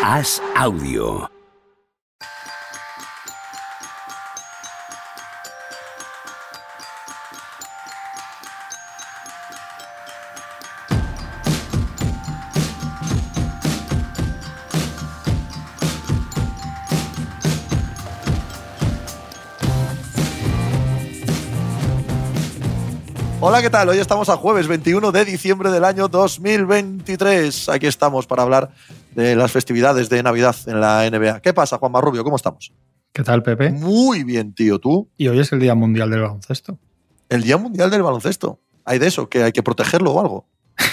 Haz audio. Hola, ¿qué tal? Hoy estamos a jueves 21 de diciembre del año 2023. Aquí estamos para hablar de las festividades de Navidad en la NBA. ¿Qué pasa, Juan Marrubio? ¿Cómo estamos? ¿Qué tal, Pepe? Muy bien, tío. ¿Tú? Y hoy es el Día Mundial del Baloncesto. El Día Mundial del Baloncesto. ¿Hay de eso? ¿Que hay que protegerlo o algo?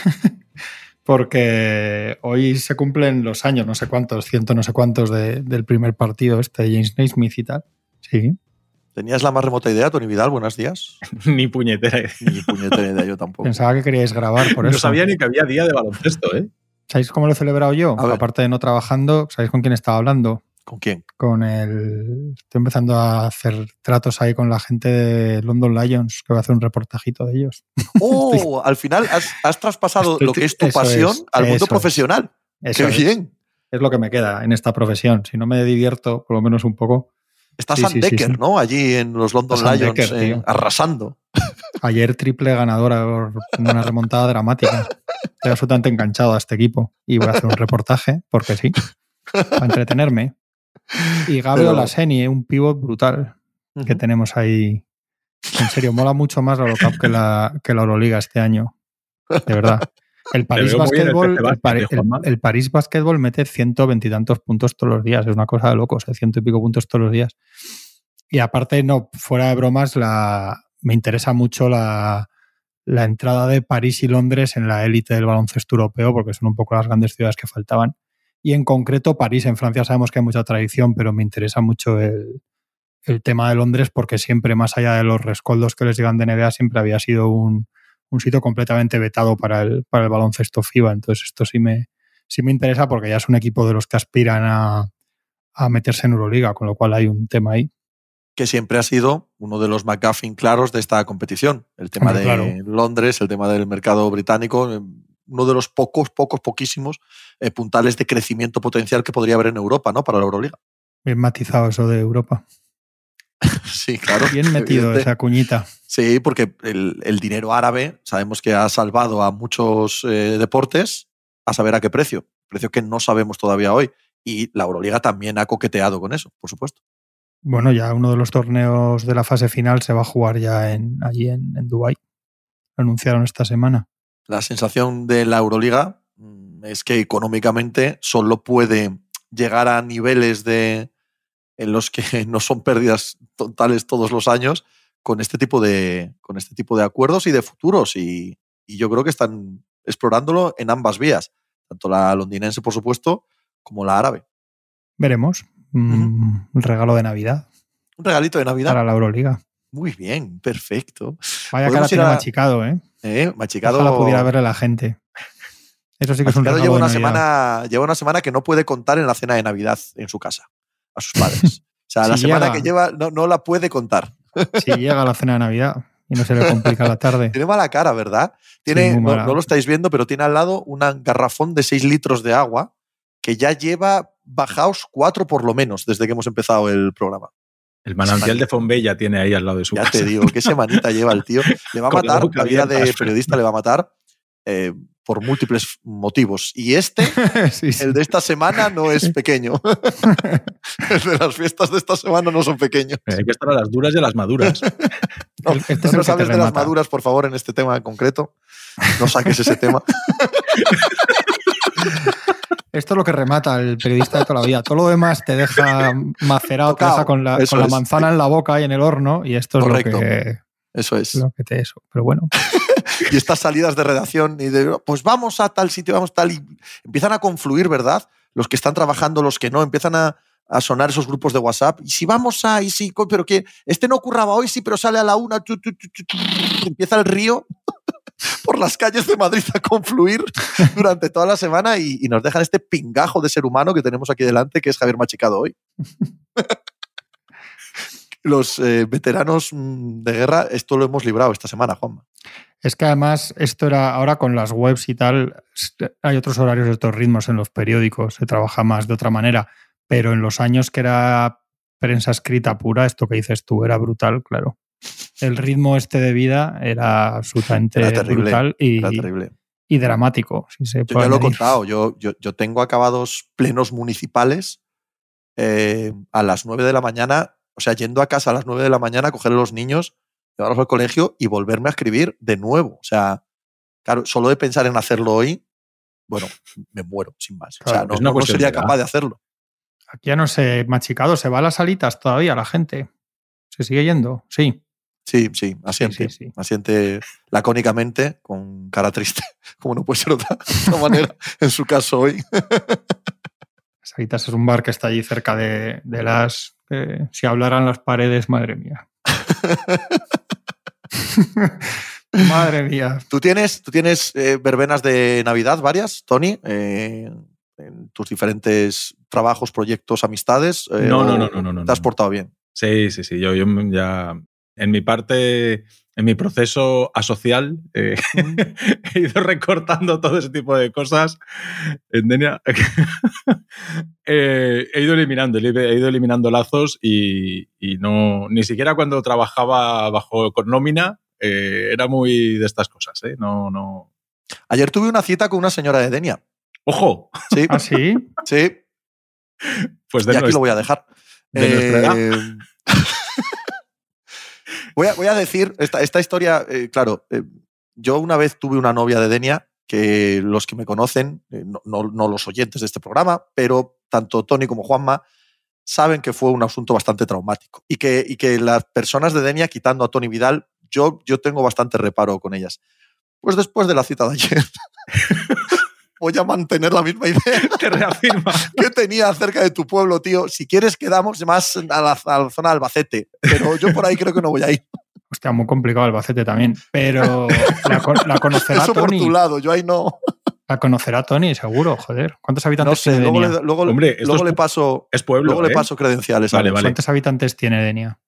Porque hoy se cumplen los años, no sé cuántos, no sé cuántos del primer partido de James Naismith y tal. Sí. ¿Tenías la más remota idea, Tony Vidal? Buenos días. Ni puñetera idea. Ni puñetera idea, yo tampoco. Pensaba que queríais grabar por eso. No sabía ni que había día de baloncesto, ¿eh? ¿Sabéis cómo lo he celebrado yo? Aparte de no trabajando, ¿sabéis con quién estaba hablando? ¿Con quién? Estoy empezando a hacer tratos ahí con la gente de London Lions, que voy a hacer un reportajito de ellos. ¡Oh! Al final has traspasado lo que es tu pasión al mundo profesional. ¡Qué bien! Es lo que me queda en esta profesión. Si no me divierto, por lo menos un poco. Está Sam Decker, ¿no? Allí en los London Lions, Decker, arrasando. Ayer triple ganadora en una remontada dramática. Estoy absolutamente enganchado a este equipo y voy a hacer un reportaje, porque sí, para entretenerme. Y Gabriel Laseni, un pivot brutal que tenemos ahí. En serio, mola mucho más la Eurocup que la Euroliga este año. De verdad. El París Basketball mete 120 y tantos puntos todos los días. Es una cosa de locos, 100 y pico puntos todos los días. Y aparte, no, fuera de bromas, me interesa mucho la entrada de París y Londres en la élite del baloncesto europeo, porque son un poco las grandes ciudades que faltaban. Y en concreto, París. En Francia sabemos que hay mucha tradición, pero me interesa mucho el tema de Londres, porque siempre, más allá de los rescoldos que les llegan de NBA, siempre había sido un sitio completamente vetado para el baloncesto FIBA. Entonces esto sí me interesa, porque ya es un equipo de los que aspiran a meterse en Euroliga, con lo cual hay un tema ahí. Que siempre ha sido uno de los McGuffin claros de esta competición. El tema de Londres, el tema del mercado británico, uno de los poquísimos puntales de crecimiento potencial que podría haber en Europa, ¿no? Para la Euroliga. Bien matizado eso de Europa. Sí, claro. Bien metido esa cuñita. Sí, porque el dinero árabe sabemos que ha salvado a muchos deportes, a saber a qué precio. Precio que no sabemos todavía hoy. Y la Euroliga también ha coqueteado con eso, por supuesto. Bueno, ya uno de los torneos de la fase final se va a jugar ya allí en Dubái. Lo anunciaron esta semana. La sensación de la Euroliga es que económicamente solo puede llegar a niveles en los que no son pérdidas totales todos los años con este tipo de acuerdos y de futuros. Y yo creo que están explorándolo en ambas vías, tanto la londinense, por supuesto, como la árabe. Veremos. Un regalo de Navidad. Un regalito de Navidad. Para la Euroliga. Muy bien, perfecto. Vaya cara tiene Machicado, ¿eh? Machicado. Ojalá pudiera verle la gente. Eso sí que Machicado es un regalo lleva una semana que no puede contar en la cena de Navidad en su casa a sus padres. O sea, la semana que lleva no la puede contar. Si llega a la cena de Navidad y no se le complica la tarde. Tiene mala cara, ¿verdad? Tiene, sí, no lo estáis viendo, pero tiene al lado un garrafón de 6 litros de agua que ya lleva bajaos 4 por lo menos desde que hemos empezado el programa. El manantial de Fombella tiene ahí al lado de su casa. Ya te digo, qué semanita lleva el tío. Le va a matar, la vida de periodista le va a matar por múltiples motivos. Y sí. El de esta semana, no es pequeño. El de las fiestas de esta semana no son pequeños. Hay que estar a las duras y a las maduras. No nos hables de las maduras, por favor, en este tema en concreto. No saques ese tema. Esto es lo que remata el periodista de toda la vida. Todo lo demás te deja macerado, te deja con la manzana en la boca y en el horno, y esto correcto. Es lo que... Eso es. Pero bueno. Y estas salidas de redacción y de, pues vamos a tal sitio, vamos tal, y empiezan a confluir, ¿verdad? Los que están trabajando, los que no, empiezan a sonar esos grupos de WhatsApp. Y si vamos a, y sí, pero que este no curraba hoy, sí, pero sale a la 1, empieza el río por las calles de Madrid a confluir durante toda la semana y nos dejan este pingajo de ser humano que tenemos aquí delante, que es Javier Machicado hoy. los veteranos de guerra, esto lo hemos librado esta semana, Juanma. Es que además esto era ahora con las webs y tal, hay otros horarios de estos ritmos en los periódicos, se trabaja más de otra manera, pero en los años que era prensa escrita pura, esto que dices tú era brutal, claro. El ritmo este de vida era absolutamente brutal y dramático. Si se yo ya lo he contado, yo tengo acabados plenos municipales a las 9 de la mañana, o sea, yendo a casa a las 9 de la mañana, coger a los niños, llevarlos al colegio y volverme a escribir de nuevo. O sea, claro, solo de pensar en hacerlo hoy, bueno, me muero, sin más. Claro, o sea, no sería capaz de hacerlo. Aquí ya no sé, machicado, ¿se va a las salitas todavía la gente? ¿Se sigue yendo? Sí. Sí, asiente. Sí. Asiente lacónicamente, con cara triste, como no puede ser de otra manera, en su caso hoy. Salitas es un bar que está allí cerca de las... si hablaran las paredes, madre mía. Madre mía. ¿Tú tienes verbenas de Navidad varias, Tony? En tus diferentes trabajos, proyectos, amistades. No. ¿Te has portado bien? Sí. Yo ya en mi parte, en mi proceso asocial, he ido recortando todo ese tipo de cosas. En Denia he ido eliminando lazos y no, ni siquiera cuando trabajaba con nómina era muy de estas cosas. No. Ayer tuve una cita con una señora de Denia. ¡Ojo! Sí. ¿Ah, sí? Sí. Pues y aquí lo voy a dejar. De nuestra edad. Voy a decir esta historia, claro, yo una vez tuve una novia de Denia que los que me conocen, no los oyentes de este programa, pero tanto Tony como Juanma saben que fue un asunto bastante traumático y que las personas de Denia, quitando a Tony Vidal, yo tengo bastante reparo con ellas. Pues después de la cita de ayer voy a mantener la misma idea. Te reafirma. Que tenía acerca de tu pueblo, tío. Si quieres quedamos más a la zona de Albacete, pero yo por ahí creo que no voy a ir. Hostia, muy complicado Albacete también, pero la conocerá eso Tony. Por tu lado, yo ahí no. La conocerá Tony, seguro, joder. ¿Cuántos habitantes no sé, tiene luego Denia? Luego le paso. Es pueblo. Luego le paso credenciales. Vale. ¿Cuántos habitantes tiene Denia?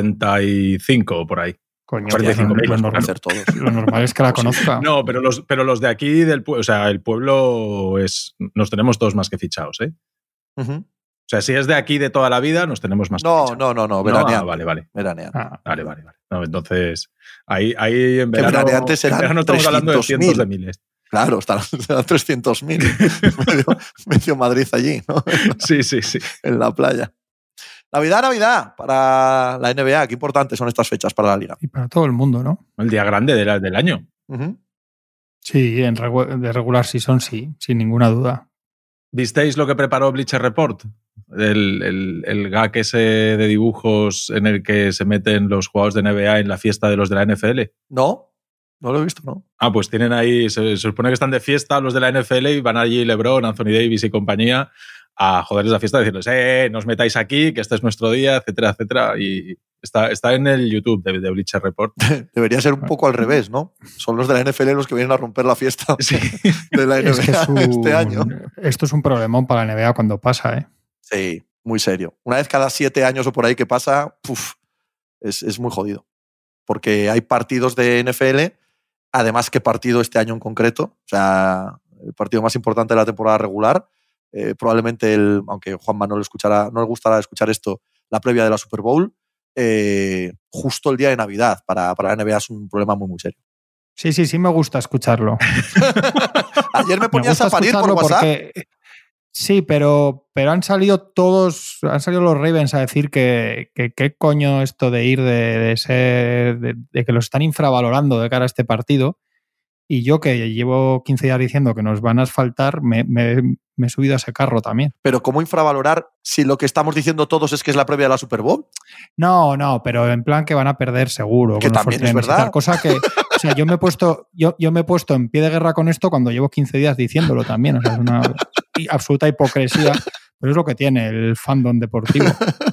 45 por ahí. Coño, 45.000. Lo normal es que la conozca. No, pero los de aquí del pueblo, o sea, el pueblo nos tenemos todos más que fichados, ¿eh? Uh-huh. O sea, si es de aquí de toda la vida, nos tenemos más que fichados. No, veraneando. Vale. Veraneando. Vale. No, entonces, ahí en verano, antes eran estamos hablando de cientos de miles. Claro, están 300.000. medio Madrid allí, ¿no? Sí. En la playa. Navidad para la NBA. Qué importantes son estas fechas para la liga. Y para todo el mundo, ¿no? El día grande del año. Uh-huh. Sí, de regular season sí, sin ninguna duda. ¿Visteis lo que preparó Bleacher Report? El gag ese de dibujos en el que se meten los jugadores de NBA en la fiesta de los de la NFL. No lo he visto, ¿no? Pues tienen ahí, se supone que están de fiesta los de la NFL y van allí LeBron, Anthony Davis y compañía a joderles la fiesta, decirles, no os metáis aquí, que este es nuestro día, etcétera, etcétera. Y está en el YouTube de Bleacher Report. Debería ser un poco al revés, ¿no? Son los de la NFL los que vienen a romper la fiesta de la NBA este año. Esto es un problemón para la NBA cuando pasa, ¿eh? Sí, muy serio. Una vez cada 7 años o por ahí que pasa, es muy jodido. Porque hay partidos de NFL, además, ¿qué partido este año en concreto? O sea, el partido más importante de la temporada regular. Probablemente, aunque Juanma no le gustará escuchar esto, la previa de la Super Bowl, justo el día de Navidad. Para la NBA es un problema muy, muy serio. Sí, me gusta escucharlo. Ayer me ponías a parir por WhatsApp. Sí, pero han salido los Ravens a decir que qué coño esto de ir de que los están infravalorando de cara a este partido. Y yo, que llevo 15 días diciendo que nos van a asfaltar, me he subido a ese carro también. ¿Pero cómo infravalorar si lo que estamos diciendo todos es que es la previa de la Super Bowl? No, pero en plan que van a perder seguro. Que también es verdad. Cosa que, o sea, yo me he puesto en pie de guerra con esto cuando llevo 15 días diciéndolo también. O sea, es una absoluta hipocresía, pero es lo que tiene el fandom deportivo.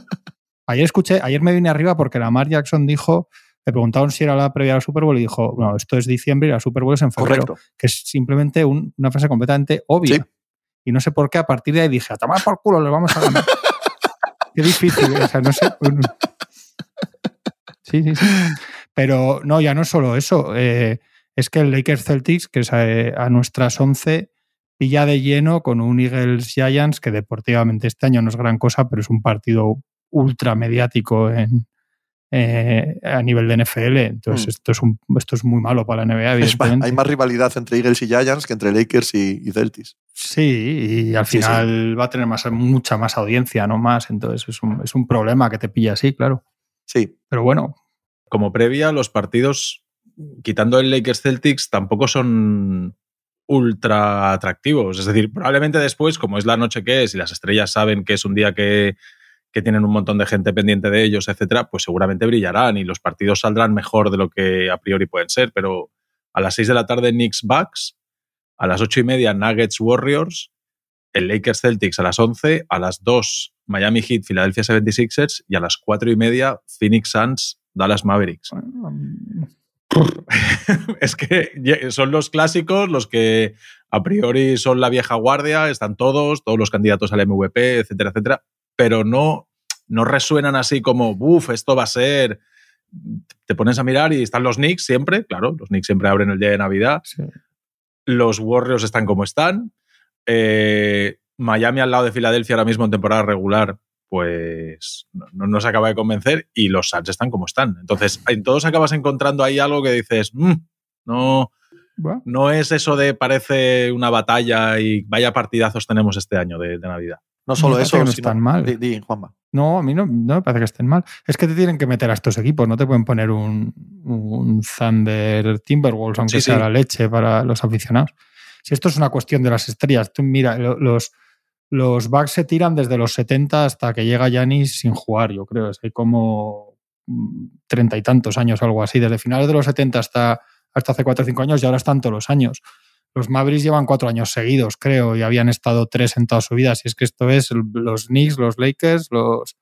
Ayer me vine arriba porque Lamar Jackson dijo... Le preguntaron si era la previa de la Super Bowl y dijo, no, esto es diciembre y la Super Bowl es en febrero. Correcto. Que es simplemente una frase completamente obvia. Sí. Y no sé por qué a partir de ahí dije, a tomar por culo, le vamos a ganar. Qué difícil, o sea, no sé. Sí. Pero no, ya no es solo eso. Es que el Lakers Celtics, que es a nuestras 11, pilla de lleno con un Eagles Giants que deportivamente este año no es gran cosa, pero es un partido ultra mediático a nivel de NFL. Entonces esto es muy malo para la NBA, evidentemente. Hay más rivalidad entre Eagles y Giants que entre Lakers y Celtics. Sí, y al final va a tener mucha más audiencia, no más. Entonces es un problema que te pilla así, claro. Sí. Pero bueno. Como previa, los partidos, quitando el Lakers Celtics, tampoco son ultra atractivos. Es decir, probablemente después, como es la noche que es y las estrellas saben que es un día que tienen un montón de gente pendiente de ellos, etcétera, pues seguramente brillarán y los partidos saldrán mejor de lo que a priori pueden ser. Pero a las 6 de la tarde Knicks Bucks, a las 8:30 Nuggets Warriors, el Lakers Celtics a las 11, a las 2 Miami Heat Philadelphia 76ers y a las 4:30 Phoenix Suns Dallas Mavericks. Es que son los clásicos, los que a priori son la vieja guardia, están todos los candidatos al MVP, etcétera, etcétera, pero no resuenan así como, esto va a ser... Te pones a mirar y están los Knicks siempre, claro, los Knicks siempre abren el día de Navidad. Sí. Los Warriors están como están. Miami al lado de Filadelfia ahora mismo en temporada regular, pues no se acaba de convencer, y los Suns están como están. Entonces, en todos acabas encontrando ahí algo que dices, no es eso de parece una batalla y vaya partidazos tenemos este año de Navidad. No solo eso, no están mal. Juanma. No, a mí no me parece que estén mal. Es que te tienen que meter a estos equipos, no te pueden poner un Thunder Timberwolves, aunque sea la leche para los aficionados. Si esto es una cuestión de las estrellas, tú mira, los Bucks se tiran desde los 70 hasta que llega Giannis sin jugar, yo creo. Hay como 30 y tantos años, algo así. Desde finales de los 70 hasta hace 4 o 5 años y ahora están todos los años. Los Mavericks llevan 4 años seguidos, creo, y habían estado 3 en toda su vida. Si es que esto es los Knicks, los Lakers,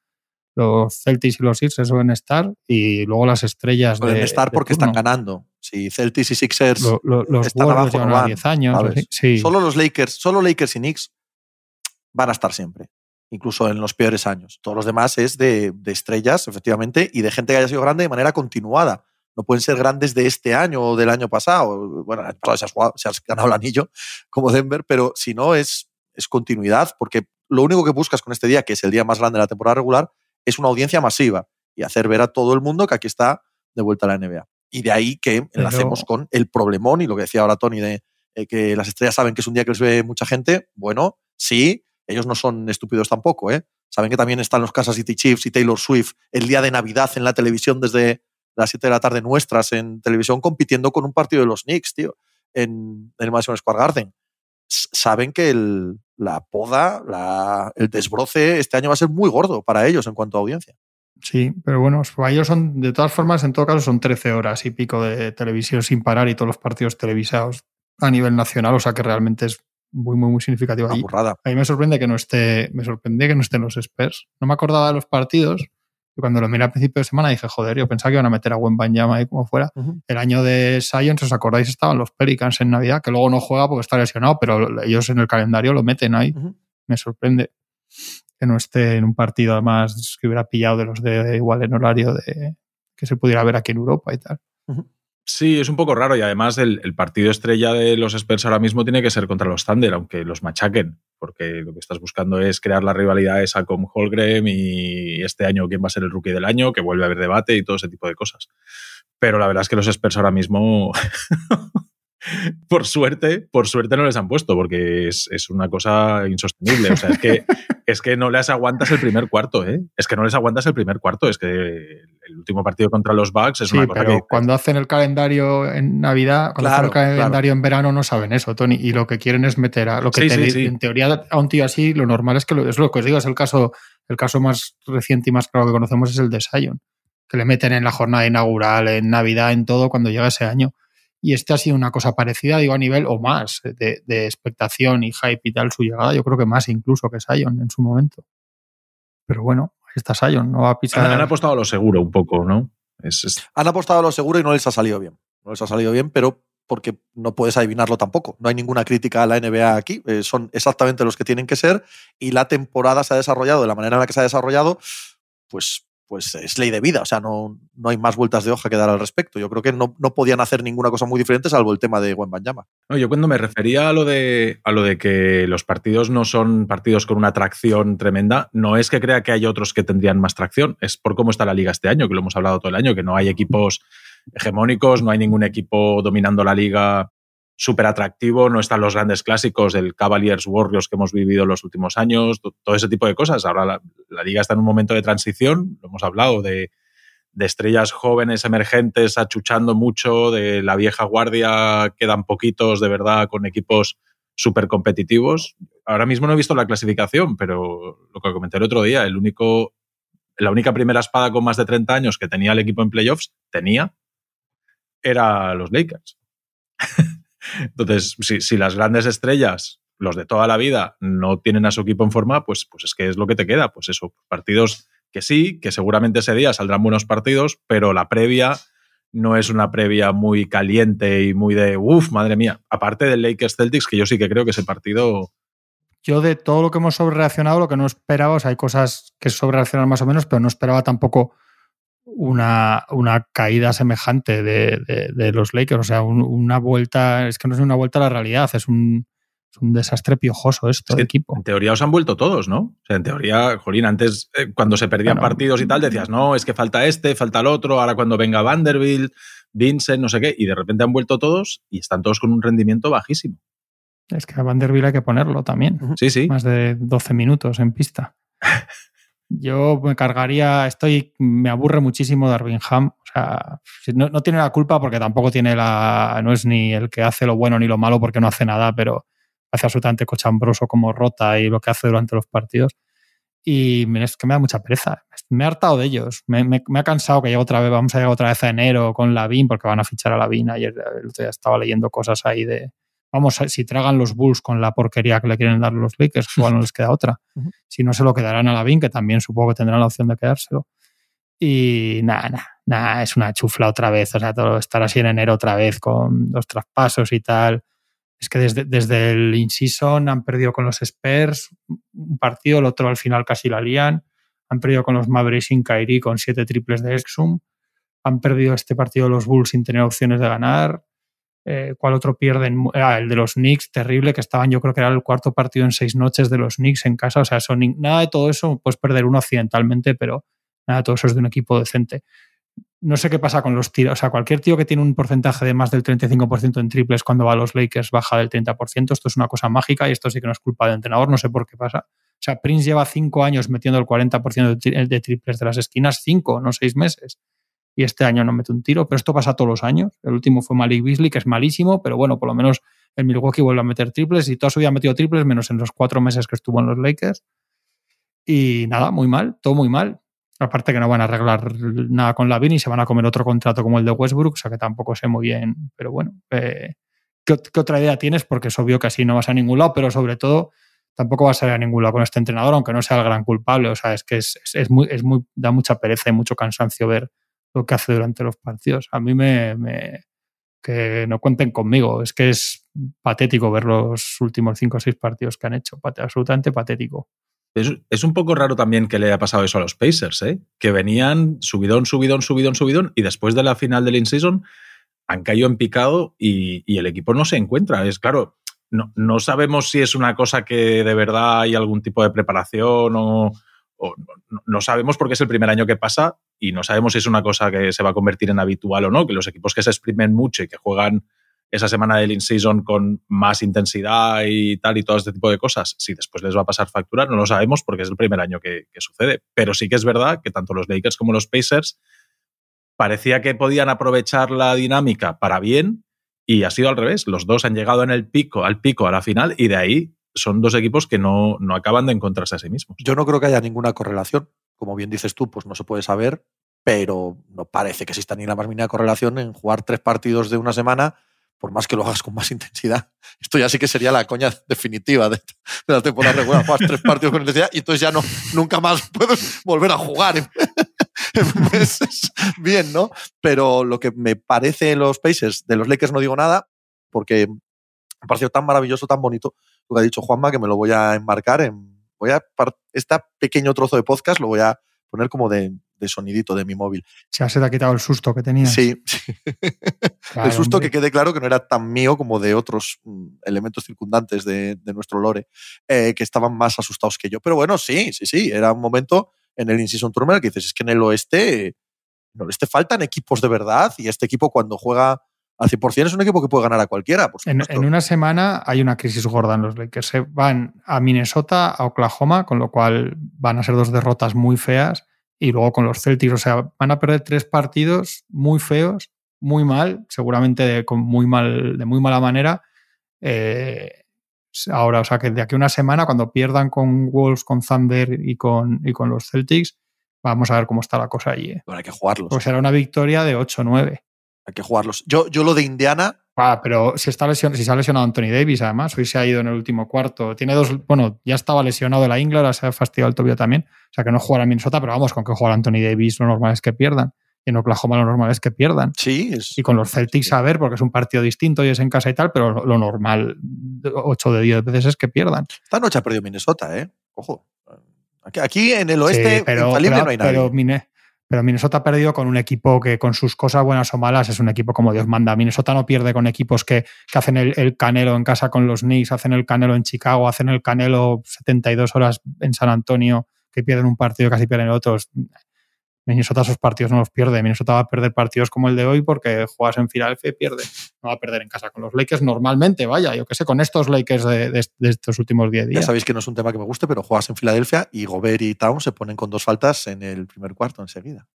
los Celtics y los Sixers suelen estar, y luego las estrellas suelen estar porque están ganando. Si Celtics y Sixers los están Warriors abajo, no van, 10 años. Sí. Solo los Lakers y Knicks van a estar siempre, incluso en los peores años. Todos los demás es de estrellas, efectivamente, y de gente que haya sido grande de manera continuada. No pueden ser grandes de este año o del año pasado. Bueno, el año pasado se has ganado el anillo como Denver, pero si no es continuidad, porque lo único que buscas con este día, que es el día más grande de la temporada regular, es una audiencia masiva y hacer ver a todo el mundo que aquí está de vuelta a la NBA. Y de ahí que enlacemos con el problemón y lo que decía ahora Tony de que las estrellas saben que es un día que les ve mucha gente. Bueno, sí, ellos no son estúpidos tampoco, ¿eh? Saben que también están los Kansas City Chiefs y Taylor Swift el día de Navidad en la televisión desde las 7 de la tarde nuestras en televisión compitiendo con un partido de los Knicks, tío, en el Madison Square Garden. Saben que la poda, el desbroce este año va a ser muy gordo para ellos en cuanto a audiencia. Sí, pero bueno, para ellos son, de todas formas, en todo caso son 13 horas y pico de televisión sin parar y todos los partidos televisados a nivel nacional, o sea que realmente es muy, muy, muy significativo. Una burrada. A mí me sorprende que no estén los Spurs. No me acordaba de los partidos. Y cuando lo miré al principio de semana dije, joder, yo pensaba que iban a meter a Wembanyama ahí como fuera. Uh-huh. El año de Zion, si os acordáis, estaban los Pelicans en Navidad, que luego no juega porque está lesionado, pero ellos en el calendario lo meten ahí. Uh-huh. Me sorprende que no esté en un partido además que hubiera pillado de los de igual en horario de que se pudiera ver aquí en Europa y tal. Uh-huh. Sí, es un poco raro y además el partido estrella de los Spurs ahora mismo tiene que ser contra los Thunder, aunque los machaquen, porque lo que estás buscando es crear la rivalidad esa con Holmgren y este año quién va a ser el rookie del año, que vuelve a haber debate y todo ese tipo de cosas. Pero la verdad es que los Spurs ahora mismo, por suerte no les han puesto, porque es una cosa insostenible. O sea, es que no les aguantas el primer cuarto, ¿eh? Es que no les aguantas el primer cuarto. Es que el último partido contra los Bucks es una cosa pero que... cuando hacen el calendario en Navidad, cuando hacen el calendario en verano no saben eso, Tony, y lo que quieren es meter a lo que en teoría a un tío así, lo normal es que es lo que os digo, es el caso más reciente y más claro que conocemos es el de Zion, que le meten en la jornada inaugural, en Navidad, en todo, cuando llega ese año. Y este ha sido una cosa parecida, digo, a nivel o más de expectación y hype y tal su llegada. Yo creo que más incluso que Zion en su momento. Pero bueno, ahí está Zion, no va a pisar. Han apostado a lo seguro un poco, ¿no? Han apostado a lo seguro y no les ha salido bien. No les ha salido bien, pero porque no puedes adivinarlo tampoco. No hay ninguna crítica a la NBA aquí. Son exactamente los que tienen que ser y la temporada se ha desarrollado de la manera en la que se ha desarrollado, pues pues es ley de vida. O sea, no hay más vueltas de hoja que dar al respecto. Yo creo que no podían hacer ninguna cosa muy diferente salvo el tema de Wembanyama. No, yo cuando me refería a lo de que los partidos no son partidos con una tracción tremenda, no es que crea que hay otros que tendrían más tracción, es por cómo está la liga este año, que lo hemos hablado todo el año, que no hay equipos hegemónicos, no hay ningún equipo dominando la liga súper atractivo, no están los grandes clásicos del Cavaliers Warriors que hemos vivido en los últimos años, todo ese tipo de cosas. Ahora la liga está en un momento de transición, lo hemos hablado, de estrellas jóvenes emergentes achuchando mucho, de la vieja guardia quedan poquitos de verdad con equipos súper competitivos. Ahora mismo no he visto la clasificación, pero lo que comenté el otro día, la única primera espada con más de 30 años que tenía el equipo en playoffs, era los Lakers. Entonces, si las grandes estrellas, los de toda la vida, no tienen a su equipo en forma, pues es que es lo que te queda. Pues eso, partidos que sí, que seguramente ese día saldrán buenos partidos, pero la previa no es una previa muy caliente y muy de madre mía. Aparte del Lakers Celtics, que yo sí que creo que ese partido... Yo de todo lo que hemos sobrereaccionado, lo que no esperaba, o sea, hay cosas que sobrereaccionar más o menos, pero no esperaba tampoco una caída semejante de los Lakers. O sea, una vuelta, es que no es una vuelta a la realidad, es un desastre piojoso esto de equipo. En teoría os han vuelto todos, ¿no? O sea, en teoría, jolín, antes cuando se perdían partidos y tal, decías, no, es que falta falta el otro, ahora cuando venga Vanderbilt, Vincent, no sé qué, y de repente han vuelto todos y están todos con un rendimiento bajísimo. Es que a Vanderbilt hay que ponerlo también. Sí. Más de 12 minutos en pista. Yo me cargaría, me aburre muchísimo Darvin Ham. O sea, no tiene la culpa porque tampoco no es ni el que hace lo bueno ni lo malo porque no hace nada, pero hace absolutamente cochambroso como rota y lo que hace durante los partidos. Y es que me da mucha pereza. Me he hartado de ellos. Me ha cansado que vamos a llegar otra vez a enero con Lavin porque van a fichar a Lavin. Ayer ya estaba leyendo cosas ahí de... Vamos, si tragan los Bulls con la porquería que le quieren dar los Lakers, igual no les queda otra. Si no, se lo quedarán a Lavin, que también supongo que tendrán la opción de quedárselo. Y nada, es una chufla otra vez. O sea, todo estar así en enero otra vez con los traspasos y tal. Es que desde el in-season han perdido con los Spurs un partido, el otro al final casi la lían. Han perdido con los Mavericks sin Kyrie con 7 triples de Exum. Han perdido este partido los Bulls sin tener opciones de ganar. ¿Cuál otro pierden? El de los Knicks, terrible, que estaban, yo creo que era el cuarto partido en 6 noches de los Knicks en casa. O sea, nada de todo eso, puedes perder uno accidentalmente, pero nada de todo eso es de un equipo decente. No sé qué pasa con los tiros. O sea, cualquier tío que tiene un porcentaje de más del 35% en triples cuando va a los Lakers baja del 30%. Esto es una cosa mágica y esto sí que no es culpa del entrenador. No sé por qué pasa. O sea, Prince lleva 5 años metiendo el 40% de triples de las esquinas. 5, no 6 meses. Y este año no mete un tiro, pero esto pasa todos los años. El último fue Malik Beasley, que es malísimo, pero bueno, por lo menos el Milwaukee vuelve a meter triples y toda su vida ha metido triples, menos en los 4 meses que estuvo en los Lakers. Y nada, muy mal, todo muy mal. Aparte que no van a arreglar nada con Lavin y se van a comer otro contrato como el de Westbrook, o sea que tampoco sé muy bien. Pero bueno, ¿qué otra idea tienes? Porque es obvio que así no vas a ningún lado, pero sobre todo tampoco vas a ir a ningún lado con este entrenador, aunque no sea el gran culpable. O sea, es que es muy, da mucha pereza y mucho cansancio ver lo que hace durante los partidos. A mí que no cuenten conmigo. Es que es patético ver los últimos 5 o 6 partidos que han hecho. Absolutamente patético. Es un poco raro también que le haya pasado eso a los Pacers, ¿eh? Que venían subidón, y después de la final del in-season han caído en picado y el equipo no se encuentra. Es claro, no sabemos si es una cosa que de verdad hay algún tipo de preparación o no sabemos porque es el primer año que pasa y no sabemos si es una cosa que se va a convertir en habitual o no, que los equipos que se exprimen mucho y que juegan esa semana del in-season con más intensidad y tal y todo este tipo de cosas, si después les va a pasar factura, no lo sabemos porque es el primer año que sucede. Pero sí que es verdad que tanto los Lakers como los Pacers parecía que podían aprovechar la dinámica para bien y ha sido al revés. Los dos han llegado al pico a la final y de ahí son dos equipos que no acaban de encontrarse a sí mismos. Yo no creo que haya ninguna correlación. Como bien dices tú, pues no se puede saber, pero no parece que exista ni la más mínima correlación en jugar 3 partidos de una semana, por más que lo hagas con más intensidad. Esto ya sí que sería la coña definitiva de la temporada regular. Juegas 3 partidos con intensidad y entonces ya nunca más puedes volver a jugar en meses. Bien, ¿no? Pero lo que me parece los Pacers, de los Lakers no digo nada, porque me pareció tan maravilloso, tan bonito lo que ha dicho Juanma, que me lo voy a enmarcar este pequeño trozo de podcast lo voy a poner como de de sonidito de mi móvil. Ya se te ha quitado el susto que tenías. Sí. Claro, el susto, hombre. que quede claro que no era tan mío como de otros elementos circundantes de nuestro lore, que estaban más asustados que yo. Pero bueno, sí, era un momento en el In-Season Tournament que dices, es que en el oeste faltan equipos de verdad, y este equipo cuando juega al 100% es un equipo que puede ganar a cualquiera, por supuesto. En una semana hay una crisis gorda en los Lakers. Se van a Minnesota, a Oklahoma, con lo cual van a ser 2 derrotas muy feas, y luego con los Celtics, o sea, van a perder 3 partidos muy feos, muy mal, seguramente de muy mala manera. Ahora, o sea, que de aquí a una semana, cuando pierdan con Wolves, con Thunder y con los Celtics, vamos a ver cómo está la cosa allí. Pero hay que jugarlos. Pues será una victoria de 8-9. Hay que jugarlos. Yo lo de Indiana... Pero si se ha lesionado Anthony Davis, además, hoy se ha ido en el último cuarto. Tiene 2, bueno, ya estaba lesionado de la ingle, ahora se ha fastidiado el tobillo también. O sea, que no jugará en Minnesota, pero vamos, con que jugar Anthony Davis, lo normal es que pierdan. Y en Oklahoma lo normal es que pierdan. Sí. Y con los Celtics, a ver, porque es un partido distinto y es en casa y tal, pero lo normal, 8 de 10 veces es que pierdan. Esta noche ha perdido Minnesota, ¿eh? Ojo. Aquí en el oeste, sí, pero no hay nadie. Pero Minnesota ha perdido con un equipo que, con sus cosas buenas o malas, es un equipo como Dios manda. Minnesota no pierde con equipos que hacen el canelo en casa con los Knicks, hacen el canelo en Chicago, hacen el canelo 72 horas en San Antonio, que pierden un partido y casi pierden otros. Minnesota esos partidos no los pierde. Minnesota va a perder partidos como el de hoy porque juegas en Filadelfia y pierde. No va a perder en casa con los Lakers normalmente, vaya, yo qué sé, con estos Lakers de estos últimos 10 días. Ya sabéis que no es un tema que me guste, pero juegas en Filadelfia y Gobert y Towns se ponen con 2 faltas en el primer cuarto enseguida.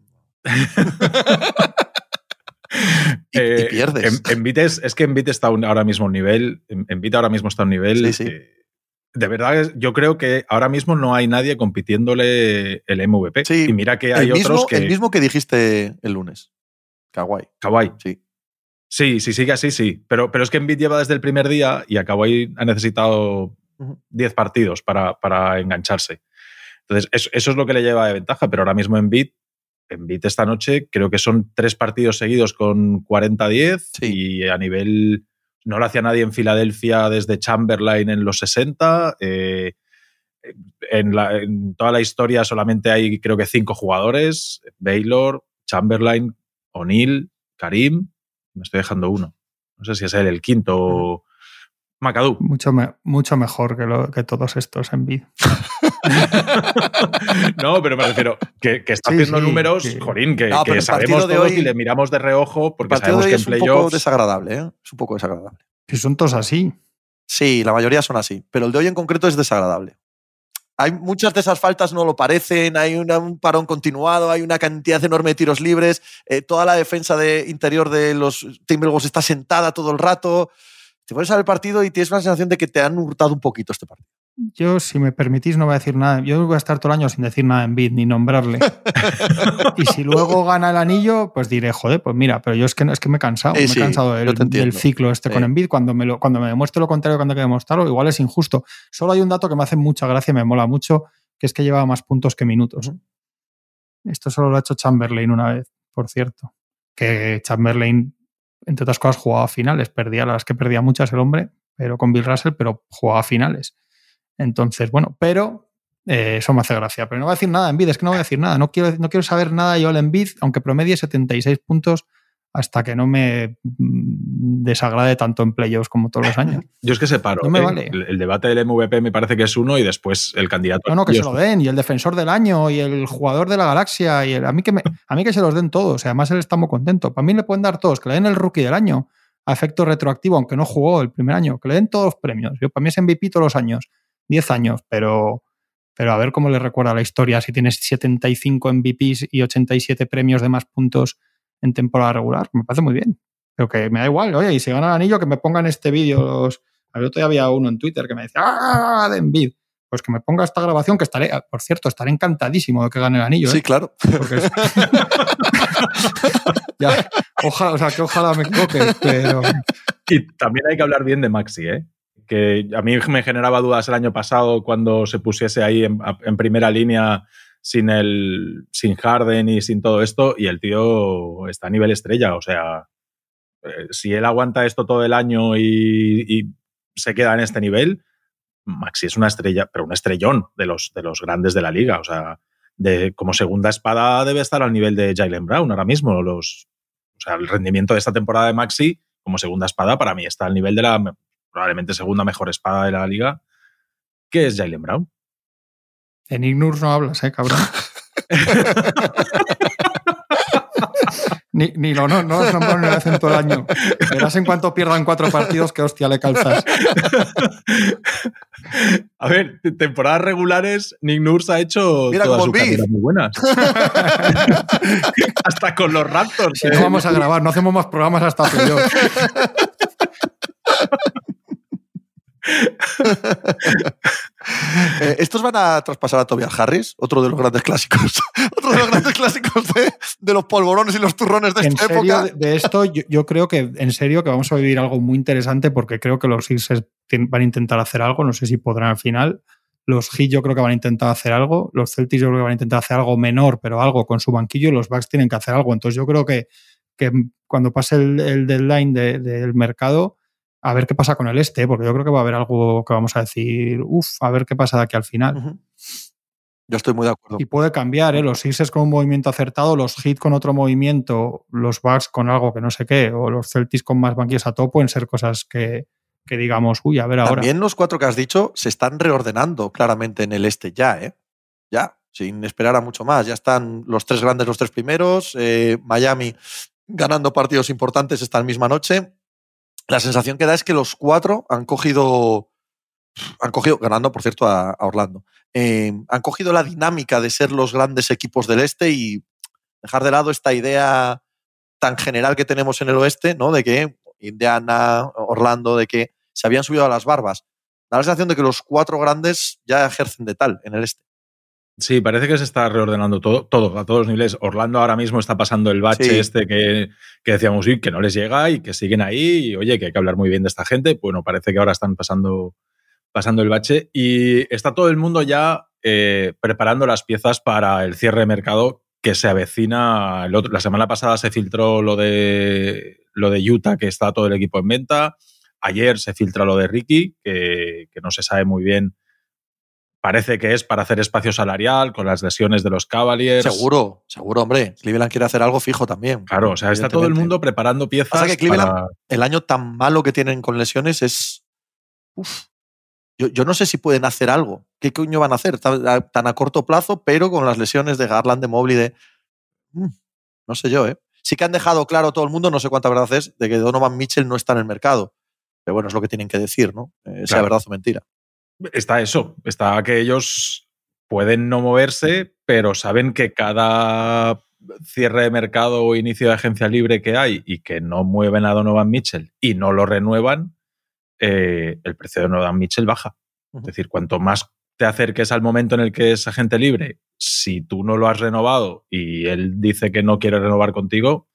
y pierdes. Embiid es que Embiid está ahora mismo a un nivel. Embiid ahora mismo está a un nivel. Sí. De verdad, yo creo que ahora mismo no hay nadie compitiéndole el MVP. Sí, y mira que hay otros que... El mismo que dijiste el lunes. Kawhi. Sí. Sí, si sigue así, sí. Pero es que Embiid lleva desde el primer día y a Kawhi ha necesitado 10 partidos para engancharse. Entonces, eso es lo que le lleva de ventaja. Pero ahora mismo Embiid esta noche creo que son 3 partidos seguidos con 40-10 y a nivel... No lo hacía nadie en Filadelfia desde Chamberlain en los 60. En toda la historia solamente hay, creo que 5 jugadores. Baylor, Chamberlain, O'Neal, Karim. Me estoy dejando uno. No sé si es él el quinto o McAdoo. Mucho mejor que todos estos Embiid. No, pero me refiero que está haciendo números, jorín, que sabemos todos y le miramos de reojo porque sabemos que en playoffs... Es un poco desagradable, ¿eh? Es un poco desagradable. Si son todos así. Sí, la mayoría son así, pero el de hoy en concreto es desagradable. Hay muchas de esas faltas no lo parecen, hay un parón continuado, hay una cantidad enorme de tiros libres, toda la defensa interior de los Timberwolves está sentada todo el rato. Te pones a ver el partido y tienes una sensación de que te han hurtado un poquito este partido. Yo, si me permitís, no voy a decir nada. Yo voy a estar todo el año sin decir nada en Embiid ni nombrarle. Y si luego gana el anillo, pues diré, joder, pues mira, pero yo es que me he cansado. Me he cansado del ciclo con Embiid. Cuando me demuestre lo contrario, cuando hay que demostrarlo, igual es injusto. Solo hay un dato que me hace mucha gracia y me mola mucho, que es que lleva más puntos que minutos. Esto solo lo ha hecho Chamberlain una vez, por cierto. Que Chamberlain, entre otras cosas, jugaba a finales. Perdía las que perdía muchas el hombre, pero con Bill Russell, pero jugaba a finales. Entonces, bueno, pero eso me hace gracia. Pero no voy a decir nada de Embiid, es que no voy a decir nada. No quiero saber nada yo al Embiid, aunque promedie 76 puntos, hasta que no me desagrade tanto en playoffs como todos los años. Yo es que separo. No me vale. El debate del MVP me parece que es uno y después el candidato. No, que se lo den, y el defensor del año, y el jugador de la galaxia, y a mí que se los den todos. Además, él está muy contento. Para mí le pueden dar todos, que le den el rookie del año a efecto retroactivo, aunque no jugó el primer año, que le den todos los premios. Para mí es MVP todos los años. 10 años, pero a ver cómo le recuerda la historia si tienes 75 MVPs y 87 premios de más puntos en temporada regular. Me parece muy bien. Pero que me da igual, oye, y si gana el anillo, que me pongan este vídeo. A ver, todavía había uno en Twitter que me decía ¡ah! De Embiid. Pues que me ponga esta grabación, que estaré encantadísimo de que gane el anillo. Sí, claro. Porque ya, ojalá me equivoque, pero... Y también hay que hablar bien de Maxi, que a mí me generaba dudas el año pasado cuando se pusiese ahí en primera línea sin Harden y sin todo esto, y el tío está a nivel estrella. O sea, si él aguanta esto todo el año y se queda en este nivel, Maxi es una estrella, pero un estrellón de los grandes de la liga. O sea, como segunda espada debe estar al nivel de Jaylen Brown ahora mismo. O sea, el rendimiento de esta temporada de Maxey como segunda espada para mí está al nivel de la probablemente segunda mejor espada de la liga, que es Jaylen Brown. En Ignurs no hablas, cabrón. Ni lo no has nombrado ni una vez en todo el año. Verás en cuanto pierdan 4 partidos qué hostia le calzas. A ver, temporadas regulares, Nick Nurse ha hecho toda su carrera muy buenas. Hasta con los Raptors. Si no vamos a grabar, no hacemos más programas hasta playoff. Estos van a traspasar a Tobias Harris, otro de los grandes clásicos. Otro de los grandes clásicos de los polvorones y los turrones de esta época. De esto, yo creo que en serio que vamos a vivir algo muy interesante, porque creo que los Sixers van a intentar hacer algo. No sé si podrán al final. Los Heat yo creo que van a intentar hacer algo. Los Celtics yo creo que van a intentar hacer algo menor, pero algo con su banquillo. Y los Bucks tienen que hacer algo. Entonces yo creo que cuando pase el deadline del mercado, a ver qué pasa con el porque yo creo que va a haber algo que vamos a decir, a ver qué pasa de aquí al final. Uh-huh. Yo estoy muy de acuerdo. Y puede cambiar, los Sixers con un movimiento acertado, los Heat con otro movimiento, los Bucks con algo que no sé qué, o los Celtics con más banquillos a todo, pueden ser cosas que digamos, a ver ahora. También los 4 que has dicho se están reordenando claramente en el ya, Ya, sin esperar a mucho más. Ya están los 3 grandes, los 3 primeros, Miami ganando partidos importantes esta misma noche. La sensación que da es que los 4 han cogido, ganando por cierto a Orlando, han cogido la dinámica de ser los grandes equipos del y dejar de lado esta idea tan general que tenemos en el oeste, ¿no? De que Indiana, Orlando, de que se habían subido a las barbas. Da la sensación de que los 4 grandes ya ejercen de tal en el Sí, parece que se está reordenando todo a todos los niveles. Orlando ahora mismo está pasando el bache que decíamos que no les llega y que siguen ahí y oye, que hay que hablar muy bien de esta gente. Bueno, parece que ahora están pasando el bache y está todo el mundo ya preparando las piezas para el cierre de mercado que se avecina. La semana pasada se filtró lo de Utah, que está todo el equipo en venta. Ayer se filtra lo de Ricky, que no se sabe muy bien. Parece que es para hacer espacio salarial con las lesiones de los Cavaliers. Seguro, hombre. Cleveland quiere hacer algo fijo también. Claro, o sea, está todo el mundo preparando piezas. Pasa que Cleveland, el año tan malo que tienen con lesiones es... Yo no sé si pueden hacer algo. ¿Qué coño van a hacer? Tan a corto plazo, pero con las lesiones de Garland, de Mobley, no sé yo, Sí que han dejado claro todo el mundo, no sé cuánta verdad es, de que Donovan Mitchell no está en el mercado. Pero bueno, es lo que tienen que decir, ¿no? Sea verdad o mentira. Está que ellos pueden no moverse, pero saben que cada cierre de mercado o inicio de agencia libre que hay y que no mueven a Donovan Mitchell y no lo renuevan, el precio de Donovan Mitchell baja. Uh-huh. Es decir, cuanto más te acerques al momento en el que es agente libre, si tú no lo has renovado y él dice que no quiere renovar contigo,